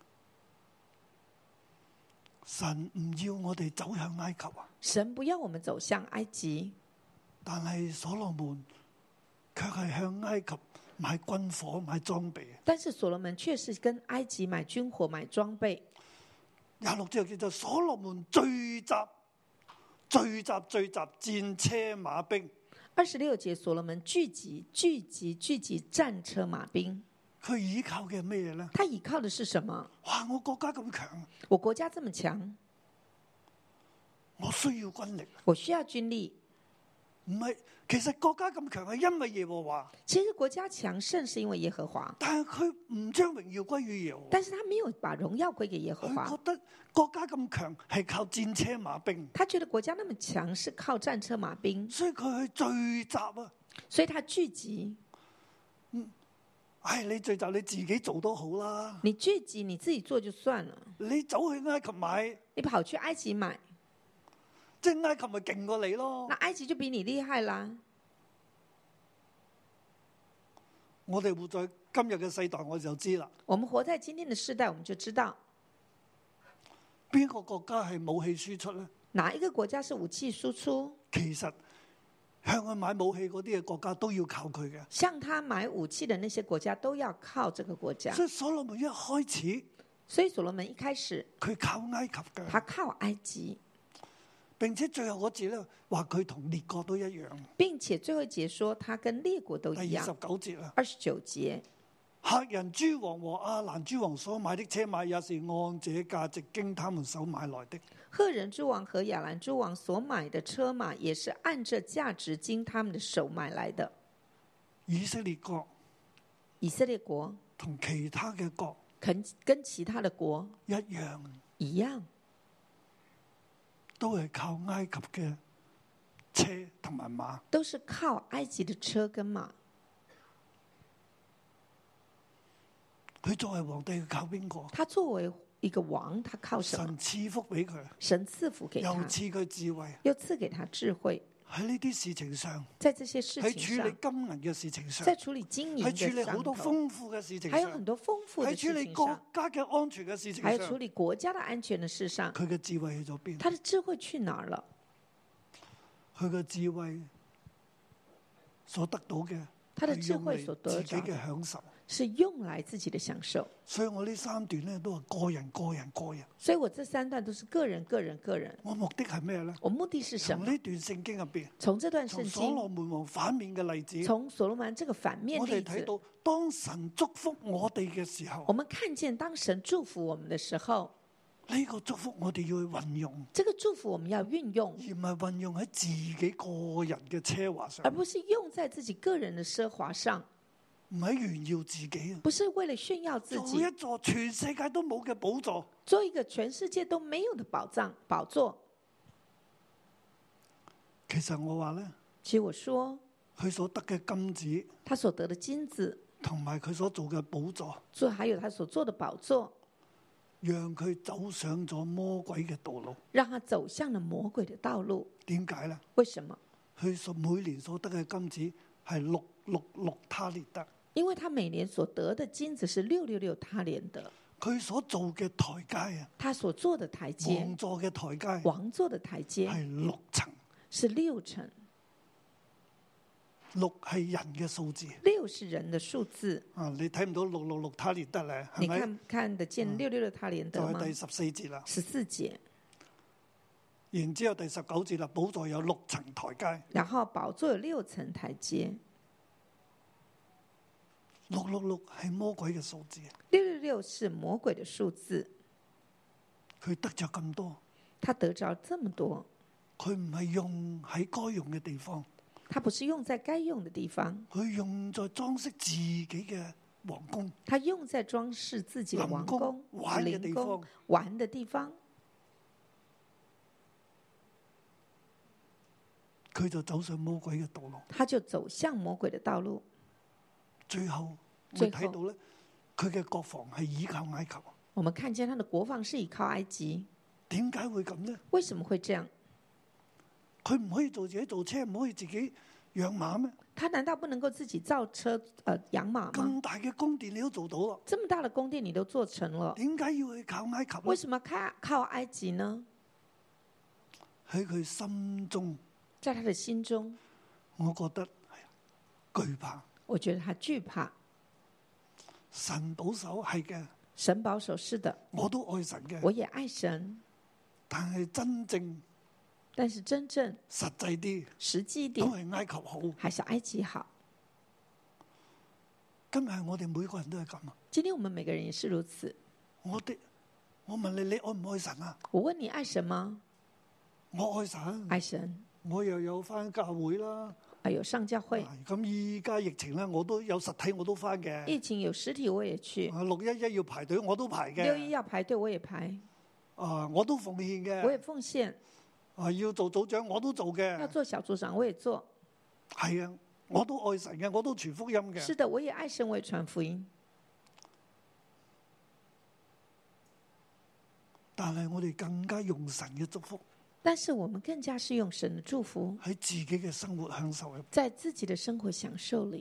神唔要我哋走向埃及啊， 神不要我們走向埃及， 但係所羅門卻係向埃及買軍火、買裝備。 但是所羅門卻是跟埃及買軍火、買裝備。 26節叫做所羅門聚集戰車馬兵。 26節所羅門聚集戰車馬兵。 佢依靠嘅係咩嘢咧？ 他依靠的是什麼？ 哇！我國家咁強， 我國家這麼強， 我需要軍力。 我需要軍力。 唔係，其實國家咁強係因為耶和華， 其實國家強盛是因為耶和華， 但係佢唔將榮耀歸於耶和華。 但是他沒有把榮耀歸給耶和華。 佢覺得國家咁強係靠戰車馬兵， 他覺得國家那麼強是靠戰車馬兵， 所以佢去聚集啊！ 所以他聚集。 唉，你聚集你自己做都好啦。 你聚集你自己做就算了， 你走去埃及買， 你跑去埃及買， 即係埃及咪勁過你咯那。埃及就比你厲害啦。 我哋活在今日嘅世代，我就知啦。 我們活在今天的世代，我們就知道邊個國家係武器輸出咧？ 哪一個國家是武器輸出。 其實向佢買武器嗰啲嘅國家都要靠佢嘅。 向他買武器的那些國家都要靠這個國家。 所以所羅門一開始， 所以所羅門一開始佢靠埃及嘅， 他靠埃及， 並且最後嗰節咧話佢同列國都一樣。 並且最後一節說他跟列國都一第樣。 29節啊， 29節， 赫人諸王和亞蘭諸王所買的車馬，也是按這價值經他們手買來的。 赫人諸王和亞蘭諸王所買的車馬，也是按這價值經他們的手買來的。 以色列國同其他嘅國跟其他的國一樣， 一樣， 都係靠埃及嘅車同埋馬。 都是靠埃及的車跟馬。 佢作為皇帝，佢靠邊個？ 他作為一个王，他靠什么？ 神賜福俾佢， 神賜福給他， 又賜佢智慧。 又賜給他智慧。 喺呢啲事情上， 在這些事喺情上處理，金銀嘅事情上， 在處理金銀喺處理的上好多頭， 豐富嘅事情上， 還有很多豐富的喺處理事情上， 國家嘅安全嘅事情還有處上， 理國家的安全的事上， 佢嘅智慧去咗邊？ 他的智慧去哪兒了？ 佢嘅智慧所得到嘅， 他的智慧所得係用嚟自己着的嘅享受。 是用來自己的享受。 所以我呢三段咧都係個人、個人、個人。 所以我這三段都是個人、個人、個人。 我目的係咩咧？ 我目的是什麼？ 從呢段聖經入邊， 從這段從聖所羅經， 門王反面嘅例子， 從所羅門這個反面例子， 我哋睇到當神祝福我哋嘅時候我，們看見當神祝福我們的時候， 呢個祝福我哋要去運用， 這個祝福我們要運用， 而唔係運用喺自己個人嘅奢華上而，不是用在自己個人的奢華上， 唔係炫耀自己啊！ 不是為了炫耀自己， 做一座全世界都冇嘅寶座， 做一個全世界都沒有的寶座。 其實我話咧， 其實我說， 佢所得嘅金子他所得的金子， 同埋佢所做嘅寶座， 還有他所做的寶座， 讓佢走上咗魔鬼嘅道路。 讓他走向了魔鬼的道路。 點解咧？ 為什麼？ 佢每年所得嘅金子係666他連得。 因為他每年所得的金子是666他連得， 佢所做嘅台階啊， 他所做的台階， 王座嘅台階， 王座的台階係6層， 是6層 6係人嘅數字 ，6是人的數字。 啊！你睇唔到666他連得咧，係你咪？ 看得見666他連得嗎？ 就係第14節啦。 14節， 然之後第19節啦，寶座有6層台階然後寶座有6層台階。 666係魔鬼嘅數字， 666是魔鬼的數字， 佢得着咁多， 他得着這麼多， 佢唔係用喺該用嘅地方， 他不是用在該用的地方， 佢用在裝飾自己嘅皇宮、 他用在裝飾自己的王宮、 林宮玩嘅地方靈宮玩的地方， 佢就走上魔鬼嘅道路。 他就走向魔鬼的道路。 最後我最後睇到咧，佢嘅國防係依靠埃及。 我們看見他的國防是依靠埃及， 點解會咁呢？ 為什麼會這樣？ 佢唔可以做自己做車，唔可以自己養馬咩？ 他難道不能夠自己造車、養馬嗎？ 咁大嘅宮殿你都做到啦， 這麼大的宮殿你都做成了， 點解要去靠埃及呢？ 為什麼靠埃及呢？ 喺佢心中， 在他的心中， 我覺得係懼怕。 我覺得他懼怕。 神保守係嘅， 神保守是的， 我都愛神嘅， 我也愛神， 但係但是真正實際啲， 實際都點， 係埃及好。 還是埃及好。 今日我哋每個人都係咁啊！ 今天我們每個人也是如此。 我問你，你愛唔愛神啊？ 我問你愛神嗎？ 我愛神， 愛神。 我又有返教會啦。 有上教會。 咁依家疫情咧，我都有實體，我都返嘅。 疫情有實體，我也去。 611要排隊，我都排嘅。 611要排隊，我也排。 我都奉獻嘅。 我也奉獻。 要做組長，我都做嘅。 要做小組長，我也做。 係啊，我都愛神嘅，我都傳福音嘅。 是的，我也愛神，我也傳福音。 但係我哋更加用神嘅祝福。 但是我們更加是用神的祝福喺自己嘅生活享受入， 在自己的生活享受裏，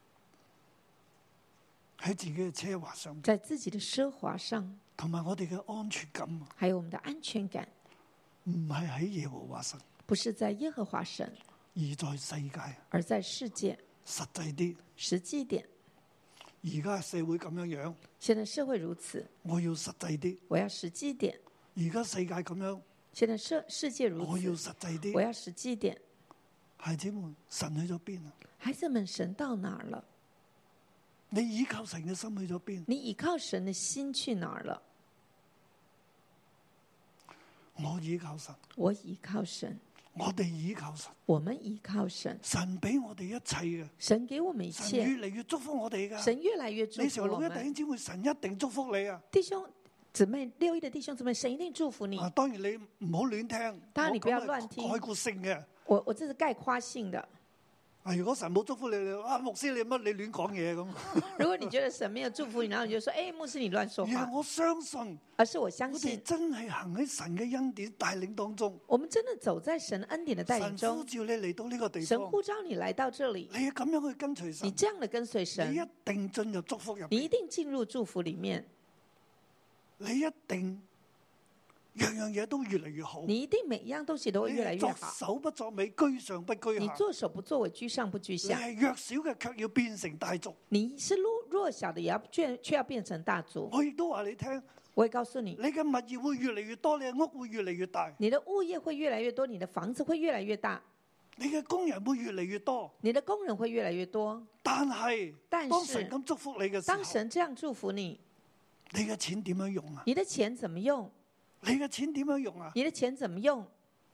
喺自己嘅奢華上， 在自己的奢華上， 同埋我哋嘅安全感， 還有我們的安全感， 唔係喺耶和華神， 不是在耶和華神， 而在世界， 而在世界。 實際啲， 實際點。 而家社會咁樣樣， 現在社會如此， 我要實際啲， 我要實際點。 而家世界咁樣。 現在世界如此， 我要實際啲， 我要實際點。 孩子們，神去咗邊啊？ 孩子們，神到哪兒了？ 你依靠神嘅心去咗邊？ 你依靠神嘅心去哪兒了？ 我依靠神， 我依靠神， 我哋依靠神， 我們依靠神。 神俾我哋一切嘅， 神給我們一切， 神越嚟越祝福我哋噶。 神越來越祝福我們。 你成為611弟兄姊妹，神一定祝福你啊！ 弟兄姊妹，611的弟兄姊妹，神一定祝福你。 當然你唔好亂聽， 當然你不要亂聽， 概括性嘅。 我這是概括性的。 如果神冇祝福你，牧師你乜你亂講嘢咁。 如果你覺得神沒有祝福你，然後你就說：牧師你亂說話。 而係我相信， 而是我相我哋信， 真係行喺神嘅恩典帶領當中。 我們真的走在神恩典的帶領神呼中。 召你嚟到呢個地方， 神呼召你來到這裡， 你咁樣去跟隨你神， 這樣的跟隨你神， 一定進入祝福入面， 你一定進入祝福裡面， 你一定樣樣嘢都越嚟越好。 你一定每一樣東西都會越來越作好。 首不作尾，居上不居下。 你作首不作尾，居上不居你下。 係弱小嘅，卻要變成大族。 你是弱小的，也要卻要變成大族。 我亦都話你聽， 我也告訴你， 你嘅物業會越嚟越多，你嘅屋會越嚟越大， 你的物業會越來越多，你的房子會越來越大， 你嘅工人會越嚟越多。 你的工人會越來越多。 但係當神咁祝福你嘅時當候， 神這樣祝福你， 你嘅錢點樣用啊？ 你的錢怎麼用？ 你嘅錢點樣用啊？ 你的錢怎麼用？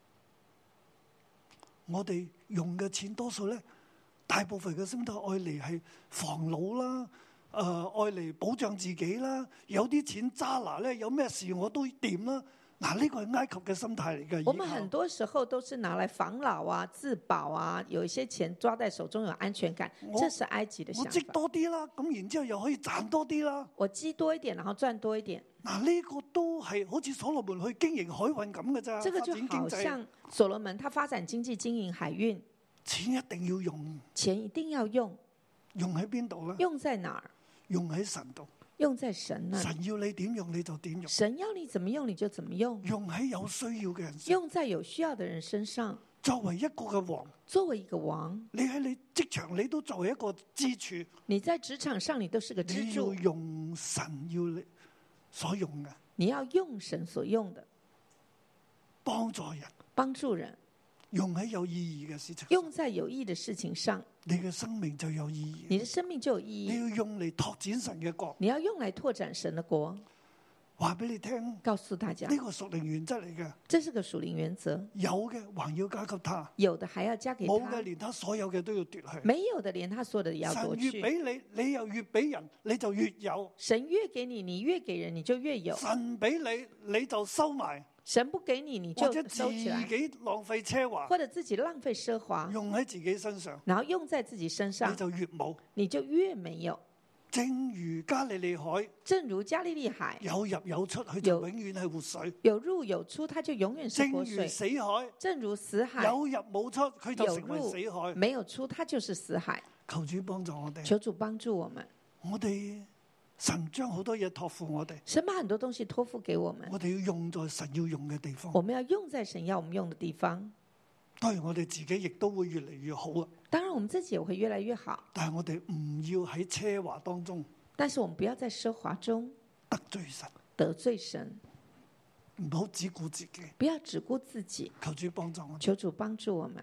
我哋用嘅錢多數咧，大部分嘅心都愛嚟係防老啦，愛嚟保障自己啦。有啲錢揸拿咧，有咩事我都掂啦。嗱，呢個係埃及嘅心態嚟嘅。 我們很多時候都是拿來防老啊、自保啊，有一些錢抓在手中有安全感，這是埃及的想我積法。 多啲啦，咁然之後又可以賺多啲啦。 我積多一點，然後賺多一點。 嗱，呢個都係好似所羅門去經營海運咁嘅咋。 這個就好像所羅門他發展經濟、經營海運， 錢一定要用， 錢一定要用， 用喺邊度咧？ 用在哪兒？ 用喺神度。 用在神那裡。 神要你點用你就點用。 神要你怎麼用你就怎麼用。 用喺有需要嘅人身上。 用在有需要的人身上。 作為一個嘅王， 作為一個王， 你喺你職場你都作為一個支柱。 你在職場上你都是個支柱。 你要用神要你所用嘅。 你要用神所用的， 幫助人， 幫助人， 用喺有意義嘅事情， 用在有意義的事情上， 你嘅生命就有意義。 你的生命就有意義。 你要用嚟拓展神嘅國， 你要用來拓展神的國。 話俾你聽， 告訴大家呢個屬靈原則嚟嘅， 這是個屬靈原則。 有嘅還要加給他， 有的還要加給他， 冇嘅連他所有嘅都要奪去。 沒有的連他所有的也要奪去。 神越俾你，你又越俾人，你就越有。 神越給你，你越給人，你就越有。 神俾你，你就收埋。 神不給你，你就或者自己浪費奢華， 或者自己浪費奢華， 用喺自己身上， 然後用在自己身上， 你就越冇， 你就越沒有。 正如加利利海， 正如加利利海有入有出，佢就永遠係活水； 有入有出，它就永遠是活水。 正如死海， 正如死海， 有入冇出，佢就成為死海； 沒有出，它就是死海。 求主幫助我哋， 求主幫助我們。 我哋神將好多嘢託付我哋， 神把很多東西託付給我們， 我哋要用在神要用嘅地方。 我們要用在神要我們用的地方。 當然我哋自己亦都會越嚟越好啊！ 當然我們自己也會越來越好， 但係我哋唔要喺奢華當中， 但是我們不要在奢華中得罪神， 得罪神， 唔好只顧自己， 不要只顧自己。 求主幫助我哋， 求主幫助我們。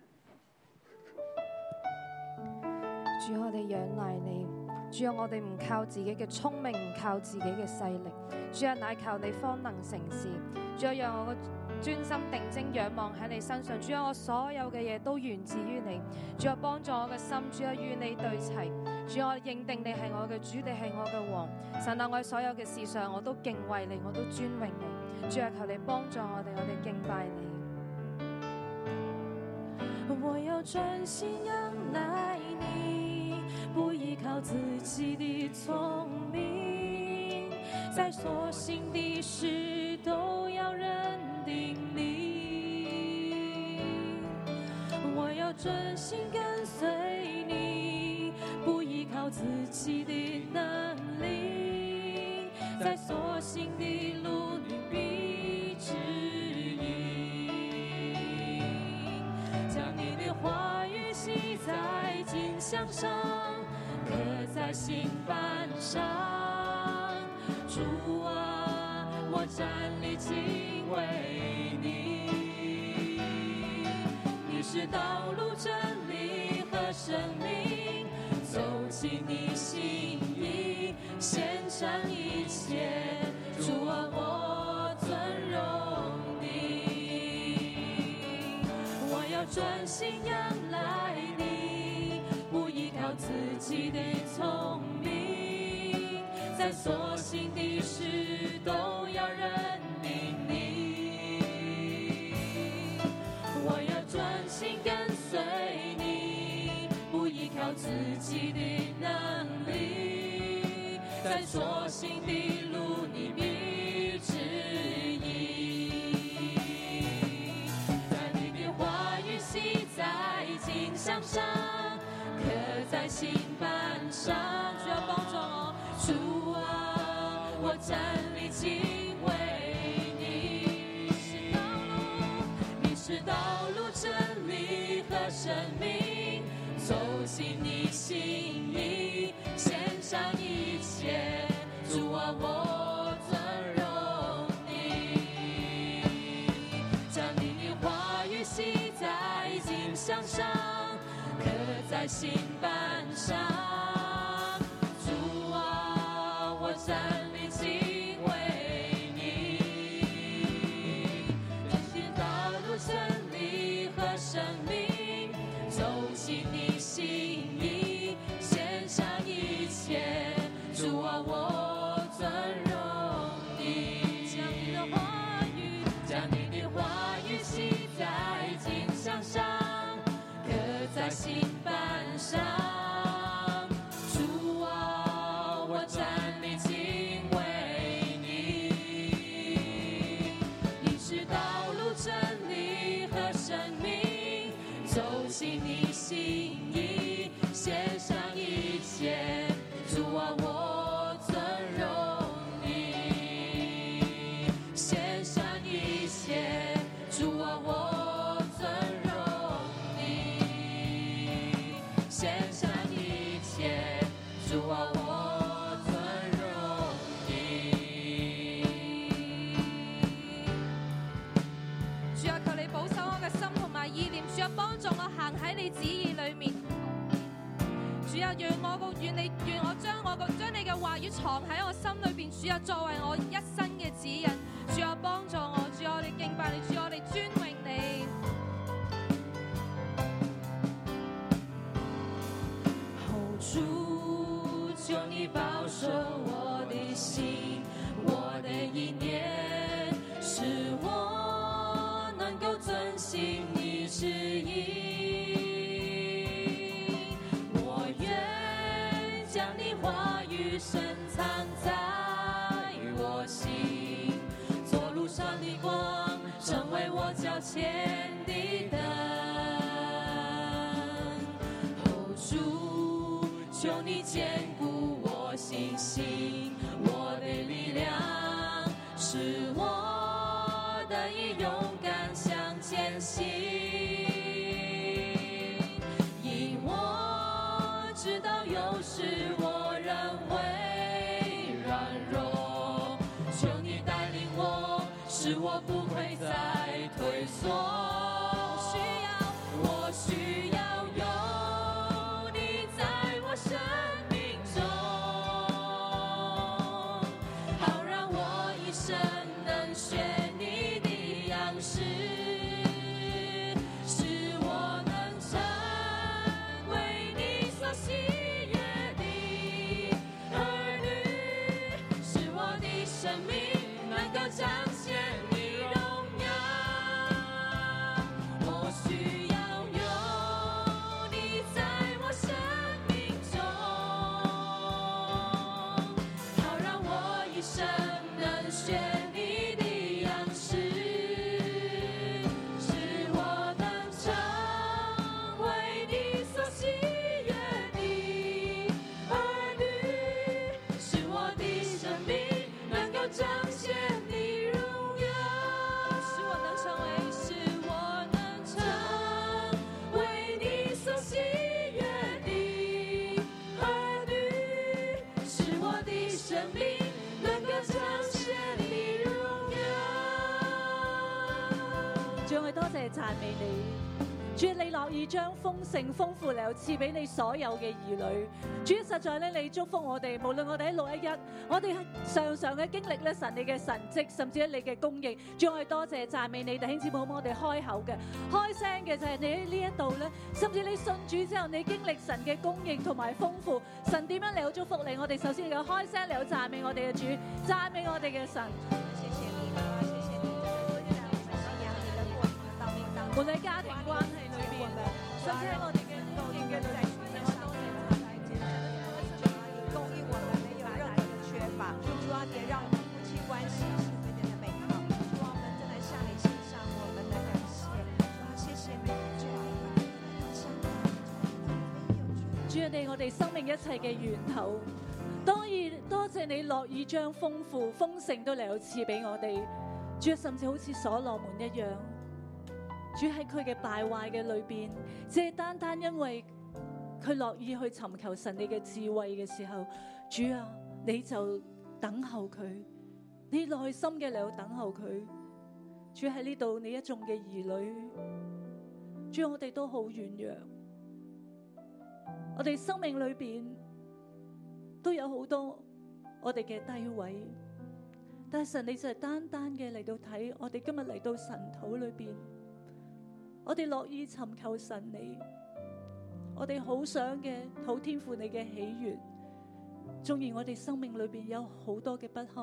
主，我哋仰賴你。主啊，我哋唔靠自己嘅聰明，唔靠自己嘅勢力。主啊，乃靠你方能成事。主啊，讓我個專心定睛仰望喺你身上。主啊，我所有嘅嘢都源自於你。主啊，幫助我嘅心。主啊，與你對齊。主啊，我認定你係我嘅主，你係我嘅王。神啊，我喺所有嘅事上我都敬畏你，我都尊榮你。主啊，求你幫助我哋敬拜你。我要專心仰賴你，不依靠自己的聰明，在所行的事都要認定你。我要專心跟隨你，不依靠自己的能力，在所行的路你必指引，將你的話語記在經箱上，刻在心版上。主啊，我站立敬畏你，你是道路真理和生命，走進你心意，獻上一切。主啊，我尊榮你，我要專心仰賴你，不依靠自己的聰明，在所行的事都要認定你。我要專心跟隨你，不靠自己的能力，在所行的路你必指引。在你的话语写在经上上，刻在心板上。主要帮助我，主啊，我站立敬畏你。你是道路，真理和生命，走进你心意，献上一切。主啊，我尊荣你，将你的话语写在经上上，刻在心板上。主啊，我站立敬畏你，你是道路，真理和生命，走进你心意，献上一切。主啊，我尊荣你，将你的话语，将你的话语写在经上上，刻在心板上。主啊，我站立敬畏你，你是道路，真理和生命，走进你心意，献上一切。主啊，我尊荣你，献上一切。主啊，我尊荣你，献上一切。主啊，我尊荣你。 主啊，求你保守我嘅心同埋意念，主啊，幫助我行喺你旨意裏面。主啊，願我將你嘅話語藏喺我心裏邊，主啊，作為我一生嘅指引。主啊，幫助我，主啊，我哋敬拜你，主啊，我哋尊榮你。 主，求你保守我的心，我的意念，使我能够遵行你旨意。我愿将你话语深藏在我心，做路上的光，成为我脚前的灯。主，求你坚固我信心，我的力量，使我得以勇敢向前行。因我知道有时我仍会软弱，求你带领我，使我不会再退缩。我需要有你在我生命中，好让我一生能学你的样式，使我能成为你所喜悦的儿女，使我的生命能够彰显你荣耀。我需要有你在我生命中，好让我一生能学你的样式，使我能成为你所喜悦的儿女，使我的生命能够彰显你荣耀。使我能成为你所喜悦的儿女，使我的生命能够彰显你荣耀。 主，我哋多謝讚美你。主，你樂意將豐盛豐富嚟賜俾你所有嘅兒女。主，實在咧，你祝福我哋，無論我哋喺611，我哋常常嘅經歷咧神你嘅神蹟，甚至咧你嘅供應。主，我哋多謝讚美你，弟兄姊妹，好唔好？我哋開口嘅開聲嘅就係你喺呢一度咧，甚至你信主之後，你經歷神嘅供應同埋豐富，神點樣嚟到祝福你？我哋首先要開聲嚟到讚美我哋嘅主，讚美我哋嘅神。謝謝你，爸爸，謝謝你，在我們信仰你的過程嘅道路當中，無論家庭關係裏邊，甚至喺我哋嘅個人嘅裏邊，我多謝。 主啊，你我哋生命一切嘅源頭。當然多謝你樂意將豐富豐盛都嚟到賜俾我哋。主啊，甚至好似所羅門一樣，主喺佢嘅敗壞嘅裏邊，只係單單因為佢樂意去尋求神你嘅智慧嘅時候，主啊，你就等候佢，你內心嘅嚟到等候佢。主喺呢度，你一眾嘅兒女，主我哋都好軟弱，我哋生命裏邊都有好多我哋嘅低位，但係神你就係單單嘅嚟到睇我哋今日嚟到神土裏邊，我哋樂意尋求神你，我哋好想嘅討天父你嘅喜悅，縱然我哋生命裏邊有好多嘅不堪，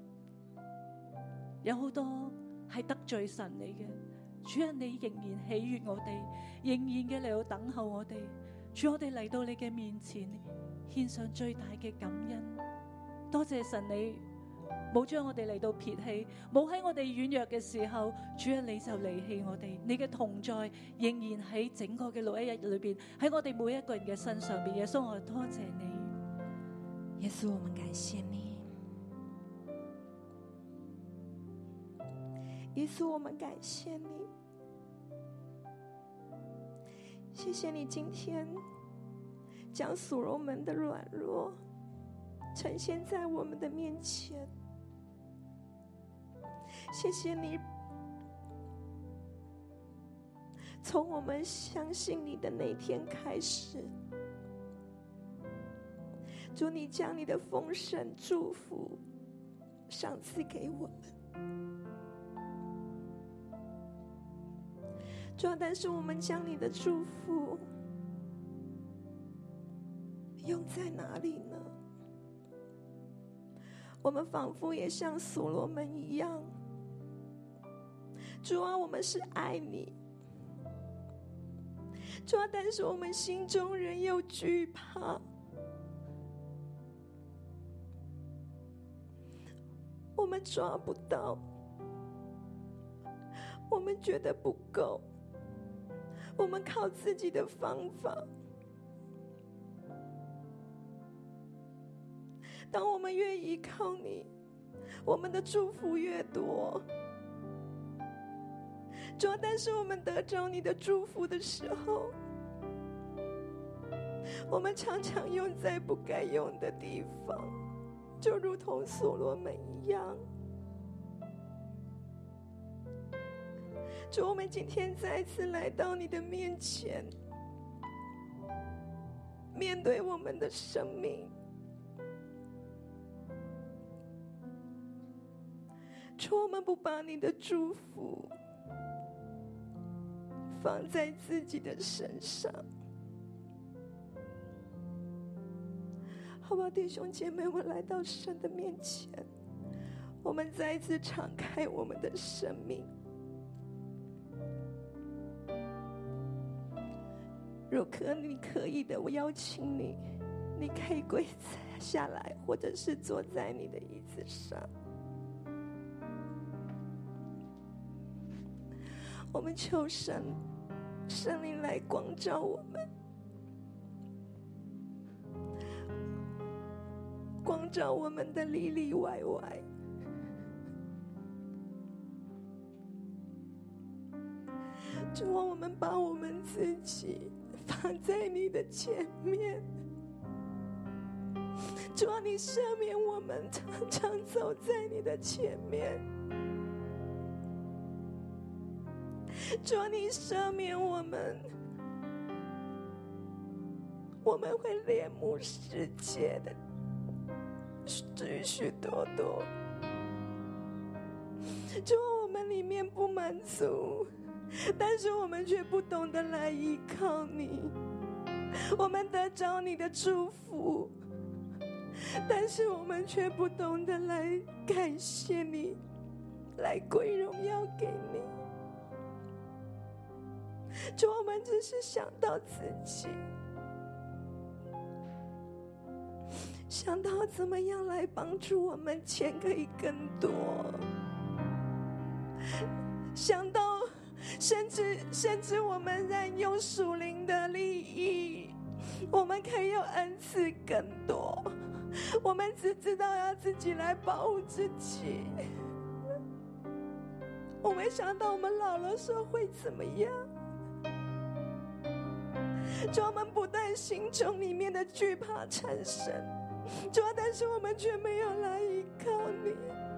有好多係得罪神你嘅，主啊，你仍然喜悅我哋，仍然嘅嚟到等候我哋。主，我哋嚟到你嘅面前，獻上最大嘅感恩。多謝神你冇將我哋嚟到撇棄，冇喺我哋軟弱嘅時候，主啊，你就離棄我哋。你嘅同在仍然喺整個嘅611裏邊，喺我哋每一個人嘅身上邊。耶穌，我多謝你。 耶穌，我們感謝你。 耶稣，我们感谢你，谢谢你今天将所罗门的软弱呈现在我们的面前。谢谢你，从我们相信你的那天开始，主，你将你的丰盛祝福赏赐给我们。主啊，但是我们将你的祝福用在哪里呢？我们仿佛也像所罗门一样，主啊，我们是爱你，主啊，但是我们心中仍有惧怕，我们抓不到，我们觉得不够，我们靠自己的方法。当我们越依靠你，我们的祝福越多。主啊，但是我们得着你的祝福的时候，我们常常用在不该用的地方，就如同所罗门一样。主，我们今天再一次来到你的面前，面对我们的生命。主，我们不把你的祝福放在自己的身上，好吧，弟兄姐妹，我们来到神的面前，我们再一次敞开我们的生命。如果你可以的，我邀请你，你可以跪下来，或者是坐在你的椅子上。我们求圣灵来光照我们，光照我们的里里外外。主啊，我们把我们自己放在你的前面。主啊，你赦免我们常常走在你的前面。主啊，你赦免我们，我们会恋慕世界的许许多多。主啊，我们里面不满足，但是我们却不懂得来依靠你。我们得着你的祝福，但是我们却不懂得来感谢你，来归荣耀给你。主，我们只是想到自己，想到怎么样来帮助我们钱可以更多，想到甚至我们滥用属灵的利益我们可以有恩赐更多，我们只知道要自己来保护自己。我没想到我们老了时候会怎么样。主，我们不但心中里面的惧怕产生，主，但是我们却没有来依靠你。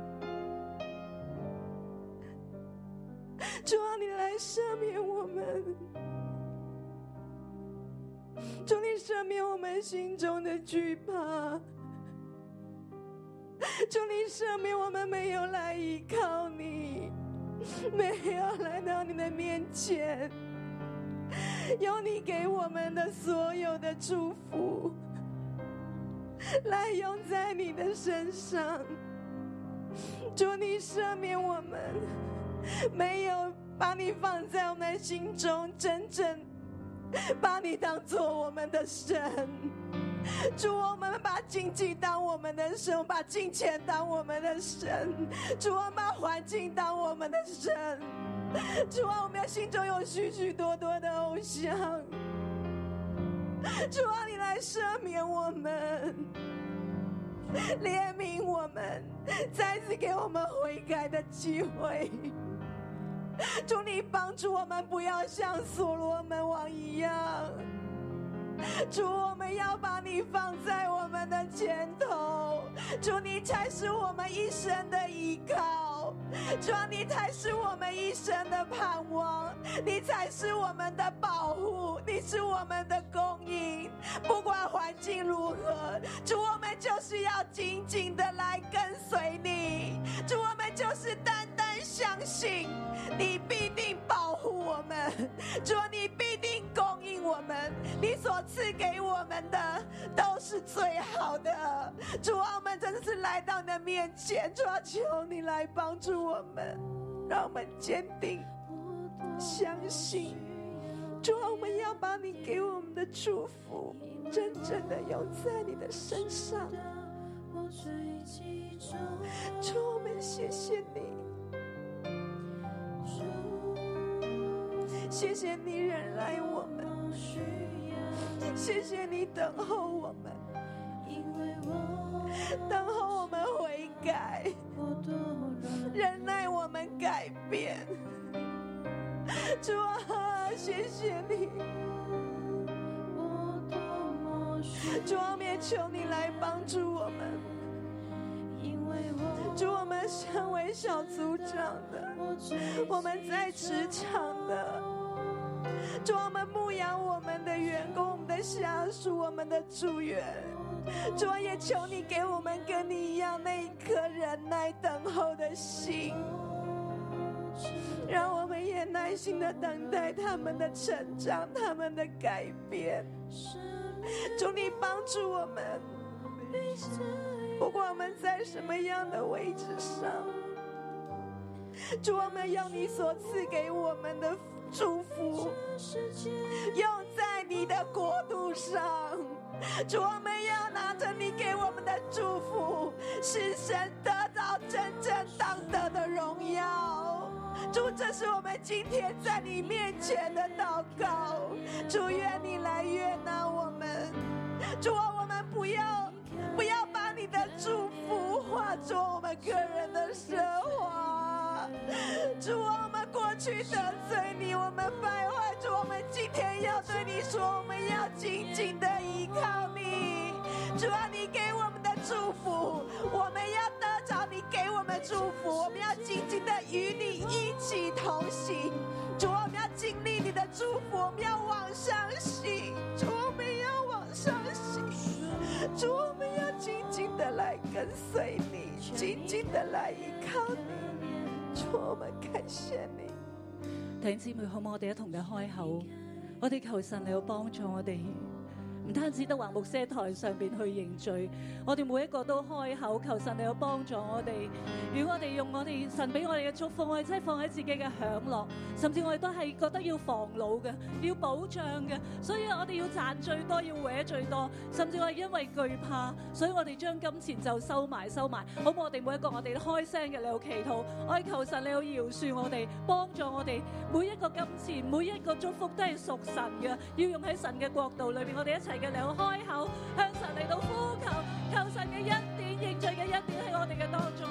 主啊，你来赦免我们，主，你赦免我们心中的惧怕，主，你赦免我们没有来依靠你，没有来到你的面前，有你给我们的所有的祝福来用在你的身上。主，你赦免我们没有把你放在我们的心中，真正把你当作我们的神。主，我们把经济当我们的神，把金钱当我们的神。主，我们把环境当我们的神。主啊，我们心中有许许多多的偶像。主啊，你来赦免我们，怜悯我们，再次给我们悔改的机会。主，你帮助我们不要像所罗门王一样。主，我们要把你放在我们的前头。主，你才是我们一生的依靠。主啊，你才是我们一生的盼望，你才是我们的保护，你是我们的供应。不管环境如何，主，我们就是要紧紧的来跟随你。主，我们就是单单相信你必定保护我们。主，你必定供应我们，你所赐给我们的都是最好的。主啊，我们真的是来到你的面前，主啊，求你来帮助我们，让我们坚定相信。主啊，我们要把你给我们的祝福真正的用在你的身上。主，我们谢谢你，谢谢你忍耐我们，谢谢你等候我们，等候我们悔改，忍耐我们改变。主啊，谢谢你。主啊，我们也求你来帮助我们。主，我们身为小组长的，我们在职场的，主，我们牧养我们的员工、我们的下属、我们的组员。主啊，也求你给我们跟你一样那一颗忍耐等候的心，让我们也耐心的等待他们的成长、他们的改变。主，你帮助我们，不管我们在什么样的位置上，主，我们要你所赐给我们的祝福用在你的国度上。主，我们要拿着你给我们的祝福，使神得到真正当得的荣耀。主，这是我们今天在你面前的祷告。主，愿你来悦纳我们。主啊，我们不要把你的祝福化作我们个人的奢华。主啊，我们过去得罪你，我们败坏。主，我们今天要对你说，我们要紧紧的依靠你。主啊，你给我们的祝福，我们要得着你给我们祝福，我们要紧紧的与你一起同行。主，我们要经历你的祝福，我们要往上行。主，我们要往上行。主，我们要紧紧的来跟随你，紧紧的来依靠你。主，我们感謝你。 弟兄姊妹，好唔好？我哋一同嘅開口，我哋求神嚟到幫助我哋，唔單止德華牧師喺台上邊去認罪，我哋每一個都開口求神你有幫助我哋。如果我哋用我哋神俾我哋嘅祝福，我哋真係放喺自己嘅享樂，甚至我哋都係覺得要防老嘅，要保障嘅，所以我哋要賺最多，要搲最多，甚至我哋因為懼怕，所以我哋將金錢就收埋。好唔好？我哋每一個我哋開聲嘅，你要祈禱，我哋求神你要饒恕我哋，幫助我哋，每一個金錢，每一個祝福都係屬神嘅，要用喺神嘅國度裏邊。我哋一齊嘅嚟到開口，向神嚟到呼求，求神嘅恩典，認罪嘅恩典喺我哋嘅當中。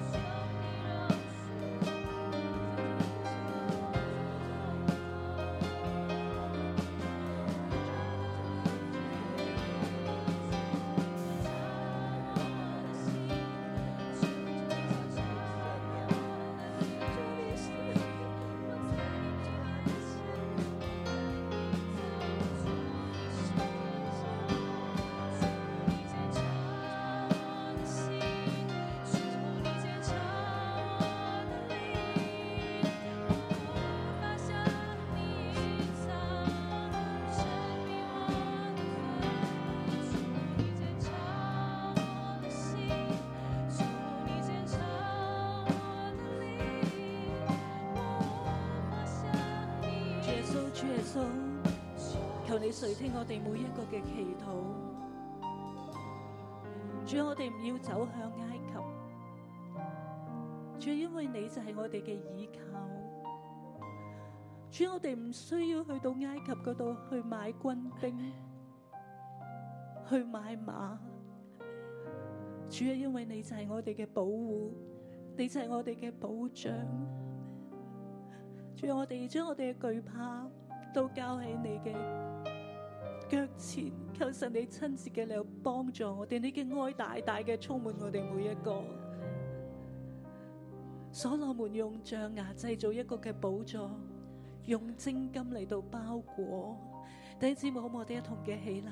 求你垂聽我哋每一個嘅祈禱，主，我哋唔要走向埃及，主，因為你就係我哋嘅依靠，主，我哋唔需要去到埃及嗰度去買軍兵，去買馬，主啊，因為你就係我哋嘅保護，你就係我哋嘅保障，主，我哋將我哋嘅懼怕都交喺你嘅腳前，求神你親自嘅嚟幫助我哋，你嘅愛大大嘅充滿我哋每一個。所羅門用象牙製造一個嘅寶座，用精金嚟到包裹。弟兄姊妹，好唔好？我哋一同嘅起立。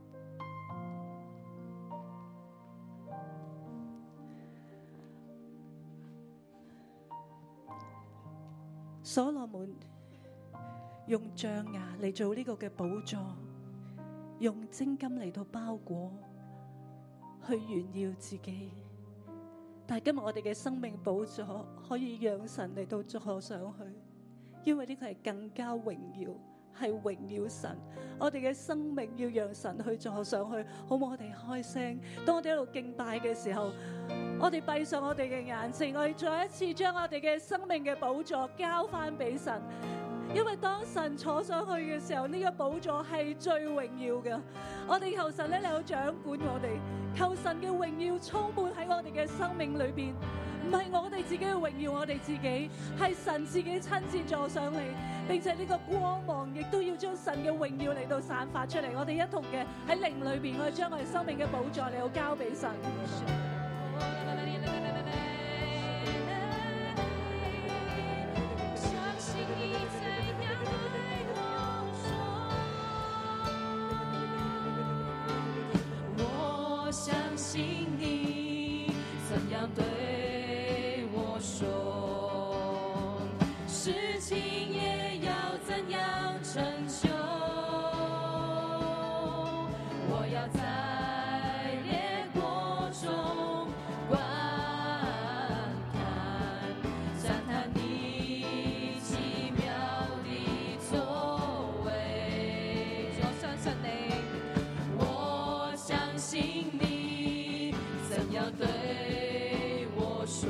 所羅門用象牙嚟做呢個嘅寶座，用精金嚟到包裹，去炫耀自己。但係今日我哋嘅生命寶座可以讓神嚟到坐上去，因為呢個係更加榮耀，係榮耀神。我哋嘅生命要讓神去坐上去，好唔好？我哋開聲，當我哋喺度敬拜嘅時候，我哋閉上我哋嘅眼睛，我哋再一次將我哋嘅生命嘅寶座交翻俾神。因為當神坐上去嘅時候，呢個寶座係最榮耀嘅。我哋求神咧嚟到掌管我哋，求神嘅榮耀充滿喺我哋嘅生命裏邊，唔係我哋自己去榮耀我哋自己，係神自己親自坐上嚟，並且呢個光芒亦都要將神嘅榮耀嚟到散發出嚟。我哋一同嘅喺靈裏邊，我哋將我哋生命嘅寶座嚟到交俾神。 对我说，事情也要怎样成就，我要在列国中观看，赞叹你奇妙的作为。我相信你，我相信你，怎样对说，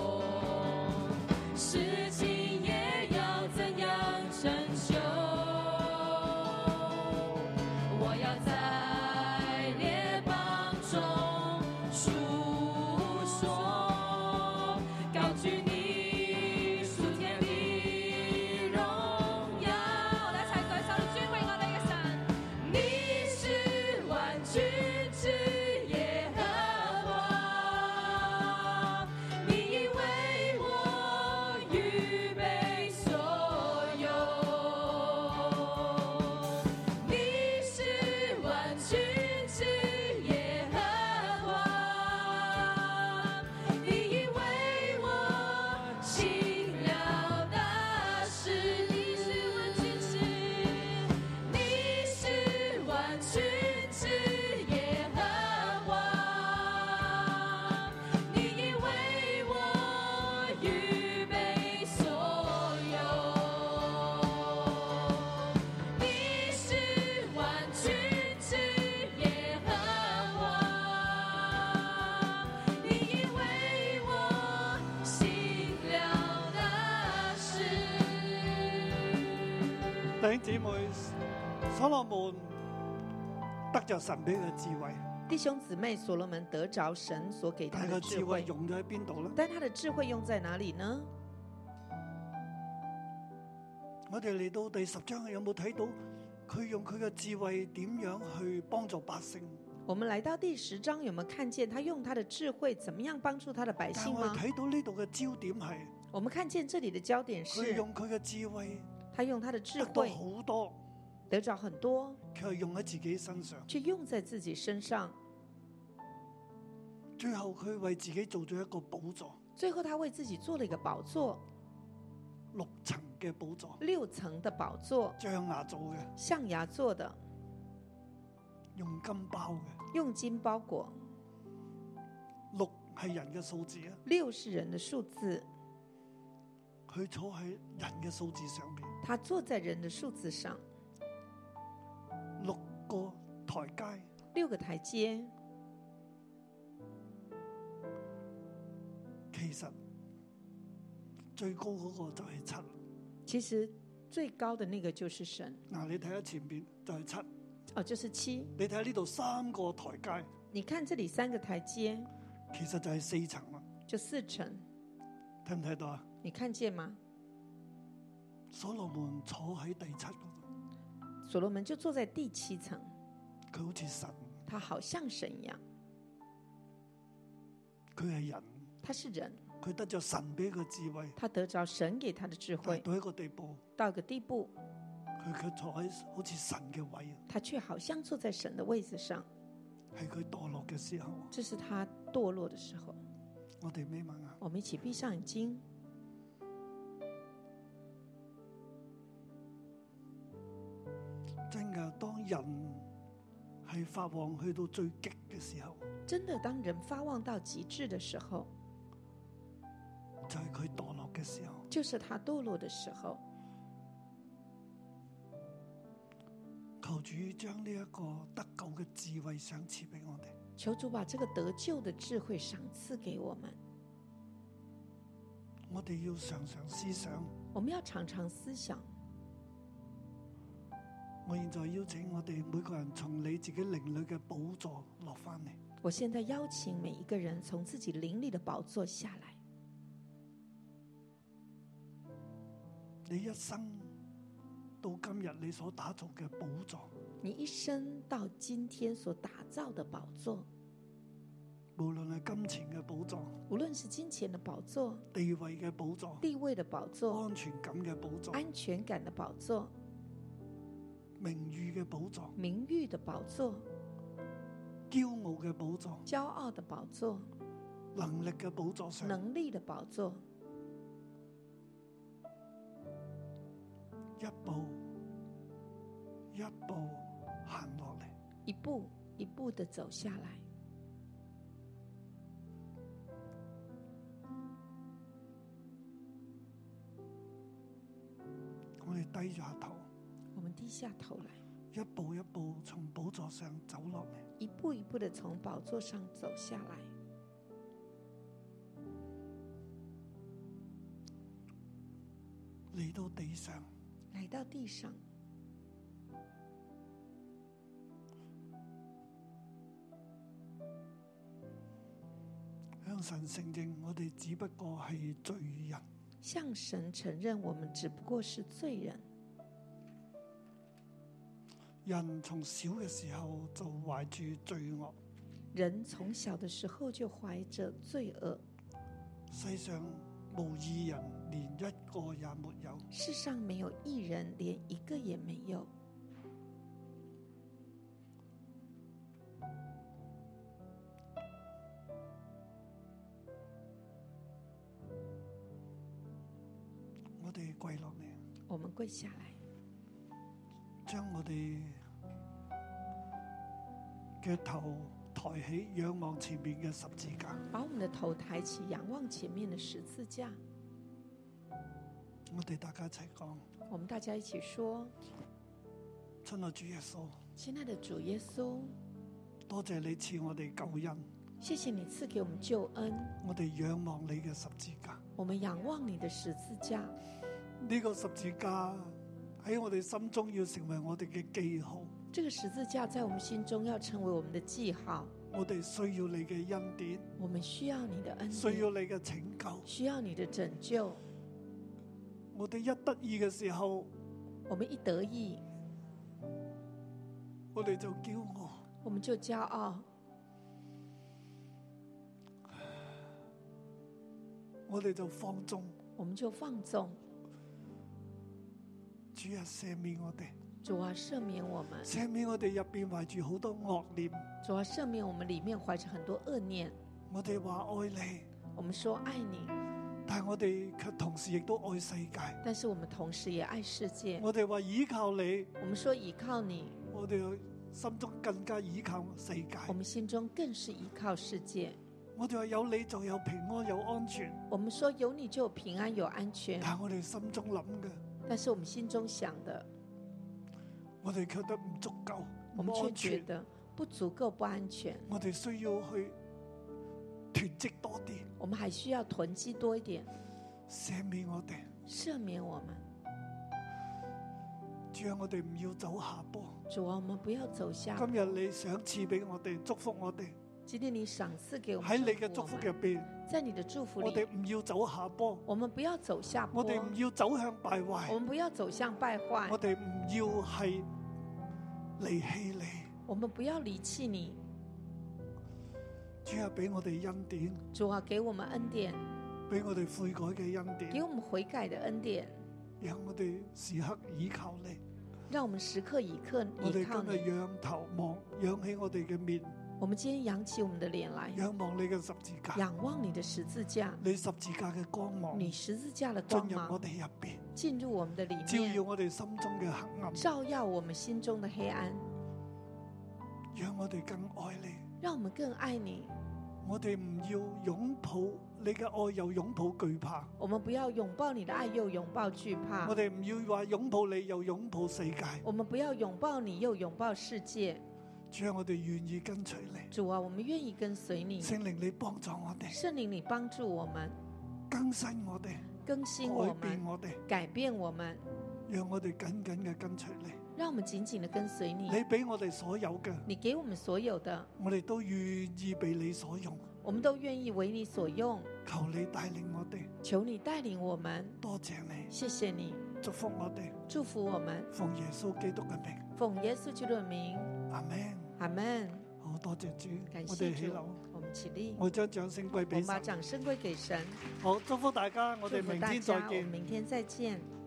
事情也要怎样成就，我要在姊妹，所羅門得着神俾佢嘅智慧， 弟兄姊妹，所羅門得着神所給他但係個智的智慧慧，用咗喺邊度咧？ 但他的智慧用在哪裡呢？ 我哋嚟到第10章，有冇睇到佢用佢嘅智慧點樣去幫助百姓？ 我們來到第10章，有沒有看見他用他的智慧，怎麼樣幫助他的百姓嗎？ 但我哋睇到呢度嘅焦點係， 我們看見這裡的焦點佢是， 用佢嘅智慧他用他的智得到慧好多， 得着很多， 佢係用喺自己身上。 卻用在自己身上。 最後佢為自己做咗一個寶座， 最後他為自己做了一個寶座 6層嘅寶座， ，6層的寶座， 象牙做嘅， 象牙做的， 用金包嘅。 用金包裹。 6係人嘅數字啊， 6是人的數字， 佢坐喺人嘅數字上邊。 他坐在人的數字上。 6個台階， 6個台階， 其實最高嗰個就係7。 其實最高的那個就是神。 嗱，你睇下前邊就係7， 哦，就是7。 你睇下呢度3個台階， 你看這裡3個台階， 其實就係4層啦。 就4層。 睇唔睇到啊？ 你看見嗎？ 所羅門坐喺第7嗰度， 所羅門就坐在第7層， 佢好似神， 他好像神一樣。 佢係人， 他是人， 佢得咗神俾佢智慧， 他得着神給他的智慧， 到一個地步， 到一個地步， 佢坐喺好似神嘅位， 他卻好像坐在神的位子上。 係佢墮落嘅時候。 這是他墮落的時候。 我哋眯埋眼， 我們一起閉上眼睛。 真噶，當人係發旺去到最極嘅時候， 真的，當人發旺到極致的時候， 就係佢墮落嘅時候。 就是他墮落的時候。 求主將呢一個得救嘅智慧賞賜俾我哋。 求主把這個得救的智慧賞賜給我們。 我哋要常常思想。 我們要常常思想。 我現在邀請我哋每個人從你自己靈裏嘅寶座落翻嚟。 我現在邀請每一個人從自己靈裏的寶座下來。 你一生到今日你所打造嘅寶座， 你一生到今天所打造的寶座， 無論係金錢嘅寶座， 無論是金錢的寶座、 地位嘅寶座、 地位的寶座、 安全感嘅寶座、 安全感的寶座、 名譽嘅寶座、 名譽的寶座、 驕傲嘅寶座、 驕傲的寶座、 能力嘅寶座上， 能力的寶座， 一步一步行落嚟， 一步一步的走下來。 我哋低咗下頭， 我們低下頭來， 一步一步從寶座上走落嚟， 一步一步的從寶座上走下來， 嚟到地上， 來到地上， 向神承認我哋只不過係罪人。 向神承認我們只不過是罪人。 人從小嘅時候就懷住罪惡， 人從小的時候就懷着罪惡。 世上無義人，連一個也沒有。 世上沒有義人，連一個也沒有。 我哋跪落嚟， 我們跪下來， 將我哋嘅頭抬起，仰望前面嘅十字架。 把我們的頭抬起，仰望前面的十字架。 我哋大家一齊講， 我們大家一起說： 親愛主耶穌， 親愛的主耶穌， 多謝你賜我哋救恩， 謝謝你賜給我們救恩。 我哋仰望你嘅十字架。 我們仰望你的十字架。 呢個十字架喺我哋心中要成為我哋嘅記號。 这个十字架在我们心中要成为我们的记号。 我哋需要你嘅恩典， 我们需要你的恩需要典， 你嘅拯救。 需要你的拯救。 我哋一得意嘅時候， 我们一得意， 我哋就驕傲， 我们就骄傲， 我哋就放縱。 我们就放纵。 主啊，赦免我哋， 主啊，赦免我们。 赦免我哋入邊懷住好多惡念。 主啊，赦免我们里面怀着很多恶念。 我哋話愛你， 我们說愛你， 但係我哋卻同時亦都愛世界。 但是我们同時也愛世界。 我哋話依靠你， 我们說倚靠你， 我哋心中更加依靠世界。 我们心中更是依靠世界。 我哋話有你就有平安有安全， 我们說有你就有平安有安全， 但係我哋心中諗嘅， 但是我们心中想的， 我哋卻得唔足夠， 我们卻覺唔安全。 得不足夠不安全。 我哋需要去囤積多啲， 我们還需要囤積多一點， 赦免我哋。 赦免我們。 主啊，我哋唔要走下坡。 主啊，我們不要走下坡。 今日你想賜俾我哋祝福我哋， 今天你賞賜給我們， 喺你嘅祝福入邊， 在你的祝福我哋裏， 唔要走下坡， 我們不要走下坡， 我哋唔要走向敗我壞， 們不要走向敗壞， 我哋唔要係離棄你。 我們不要離棄你。 主啊，俾我哋恩典， 主啊，給我們恩典， 俾我哋悔改嘅恩給典， 我們悔改的恩典， 讓我哋時刻倚靠你。 讓我們時刻倚靠我哋今倚靠你。 日仰頭望，仰起我哋嘅面， 我們今天揚起我們的臉來， 仰望你嘅十字架， 仰望你的十字架， 你十字架嘅光芒你十字架的進入我光芒哋入邊， 進入我們的裡面， 照耀我哋心中嘅黑暗， 照耀我們心中的黑暗， 讓我哋更愛你。 讓我們更愛你。 我哋唔要擁抱你嘅愛，又擁抱懼怕。 我們不要擁抱你的愛，又擁抱懼怕。 我哋唔要話擁抱你，又擁抱世界。 我們不要擁抱你，又擁抱世界。 主啊，我哋願意跟隨你。 主啊，我們願意跟隨你。 聖靈，你幫助我哋， 聖靈，你幫助我們， 更新我哋， 更新我改變們， 我哋， 改變我們， 讓我哋緊緊嘅跟隨你。 讓我們緊緊的跟隨你。 你俾我哋所有嘅， 你給我們所有的， 我哋都願意被你所用。 我們都願意為你所用。 求你帶領我哋， 求你帶領我們， 多謝你， 謝謝你， 祝福我哋， 祝福我們， 奉耶穌基督嘅名， 奉耶穌基督的名， 阿門。 阿門。 好多謝主， 感我哋謝主起樓，， 我們起立， 我將掌聲歸我俾神。 們把掌聲歸給神。 好，祝福大家，我哋明祝福大家，我們天再見。 明天再見。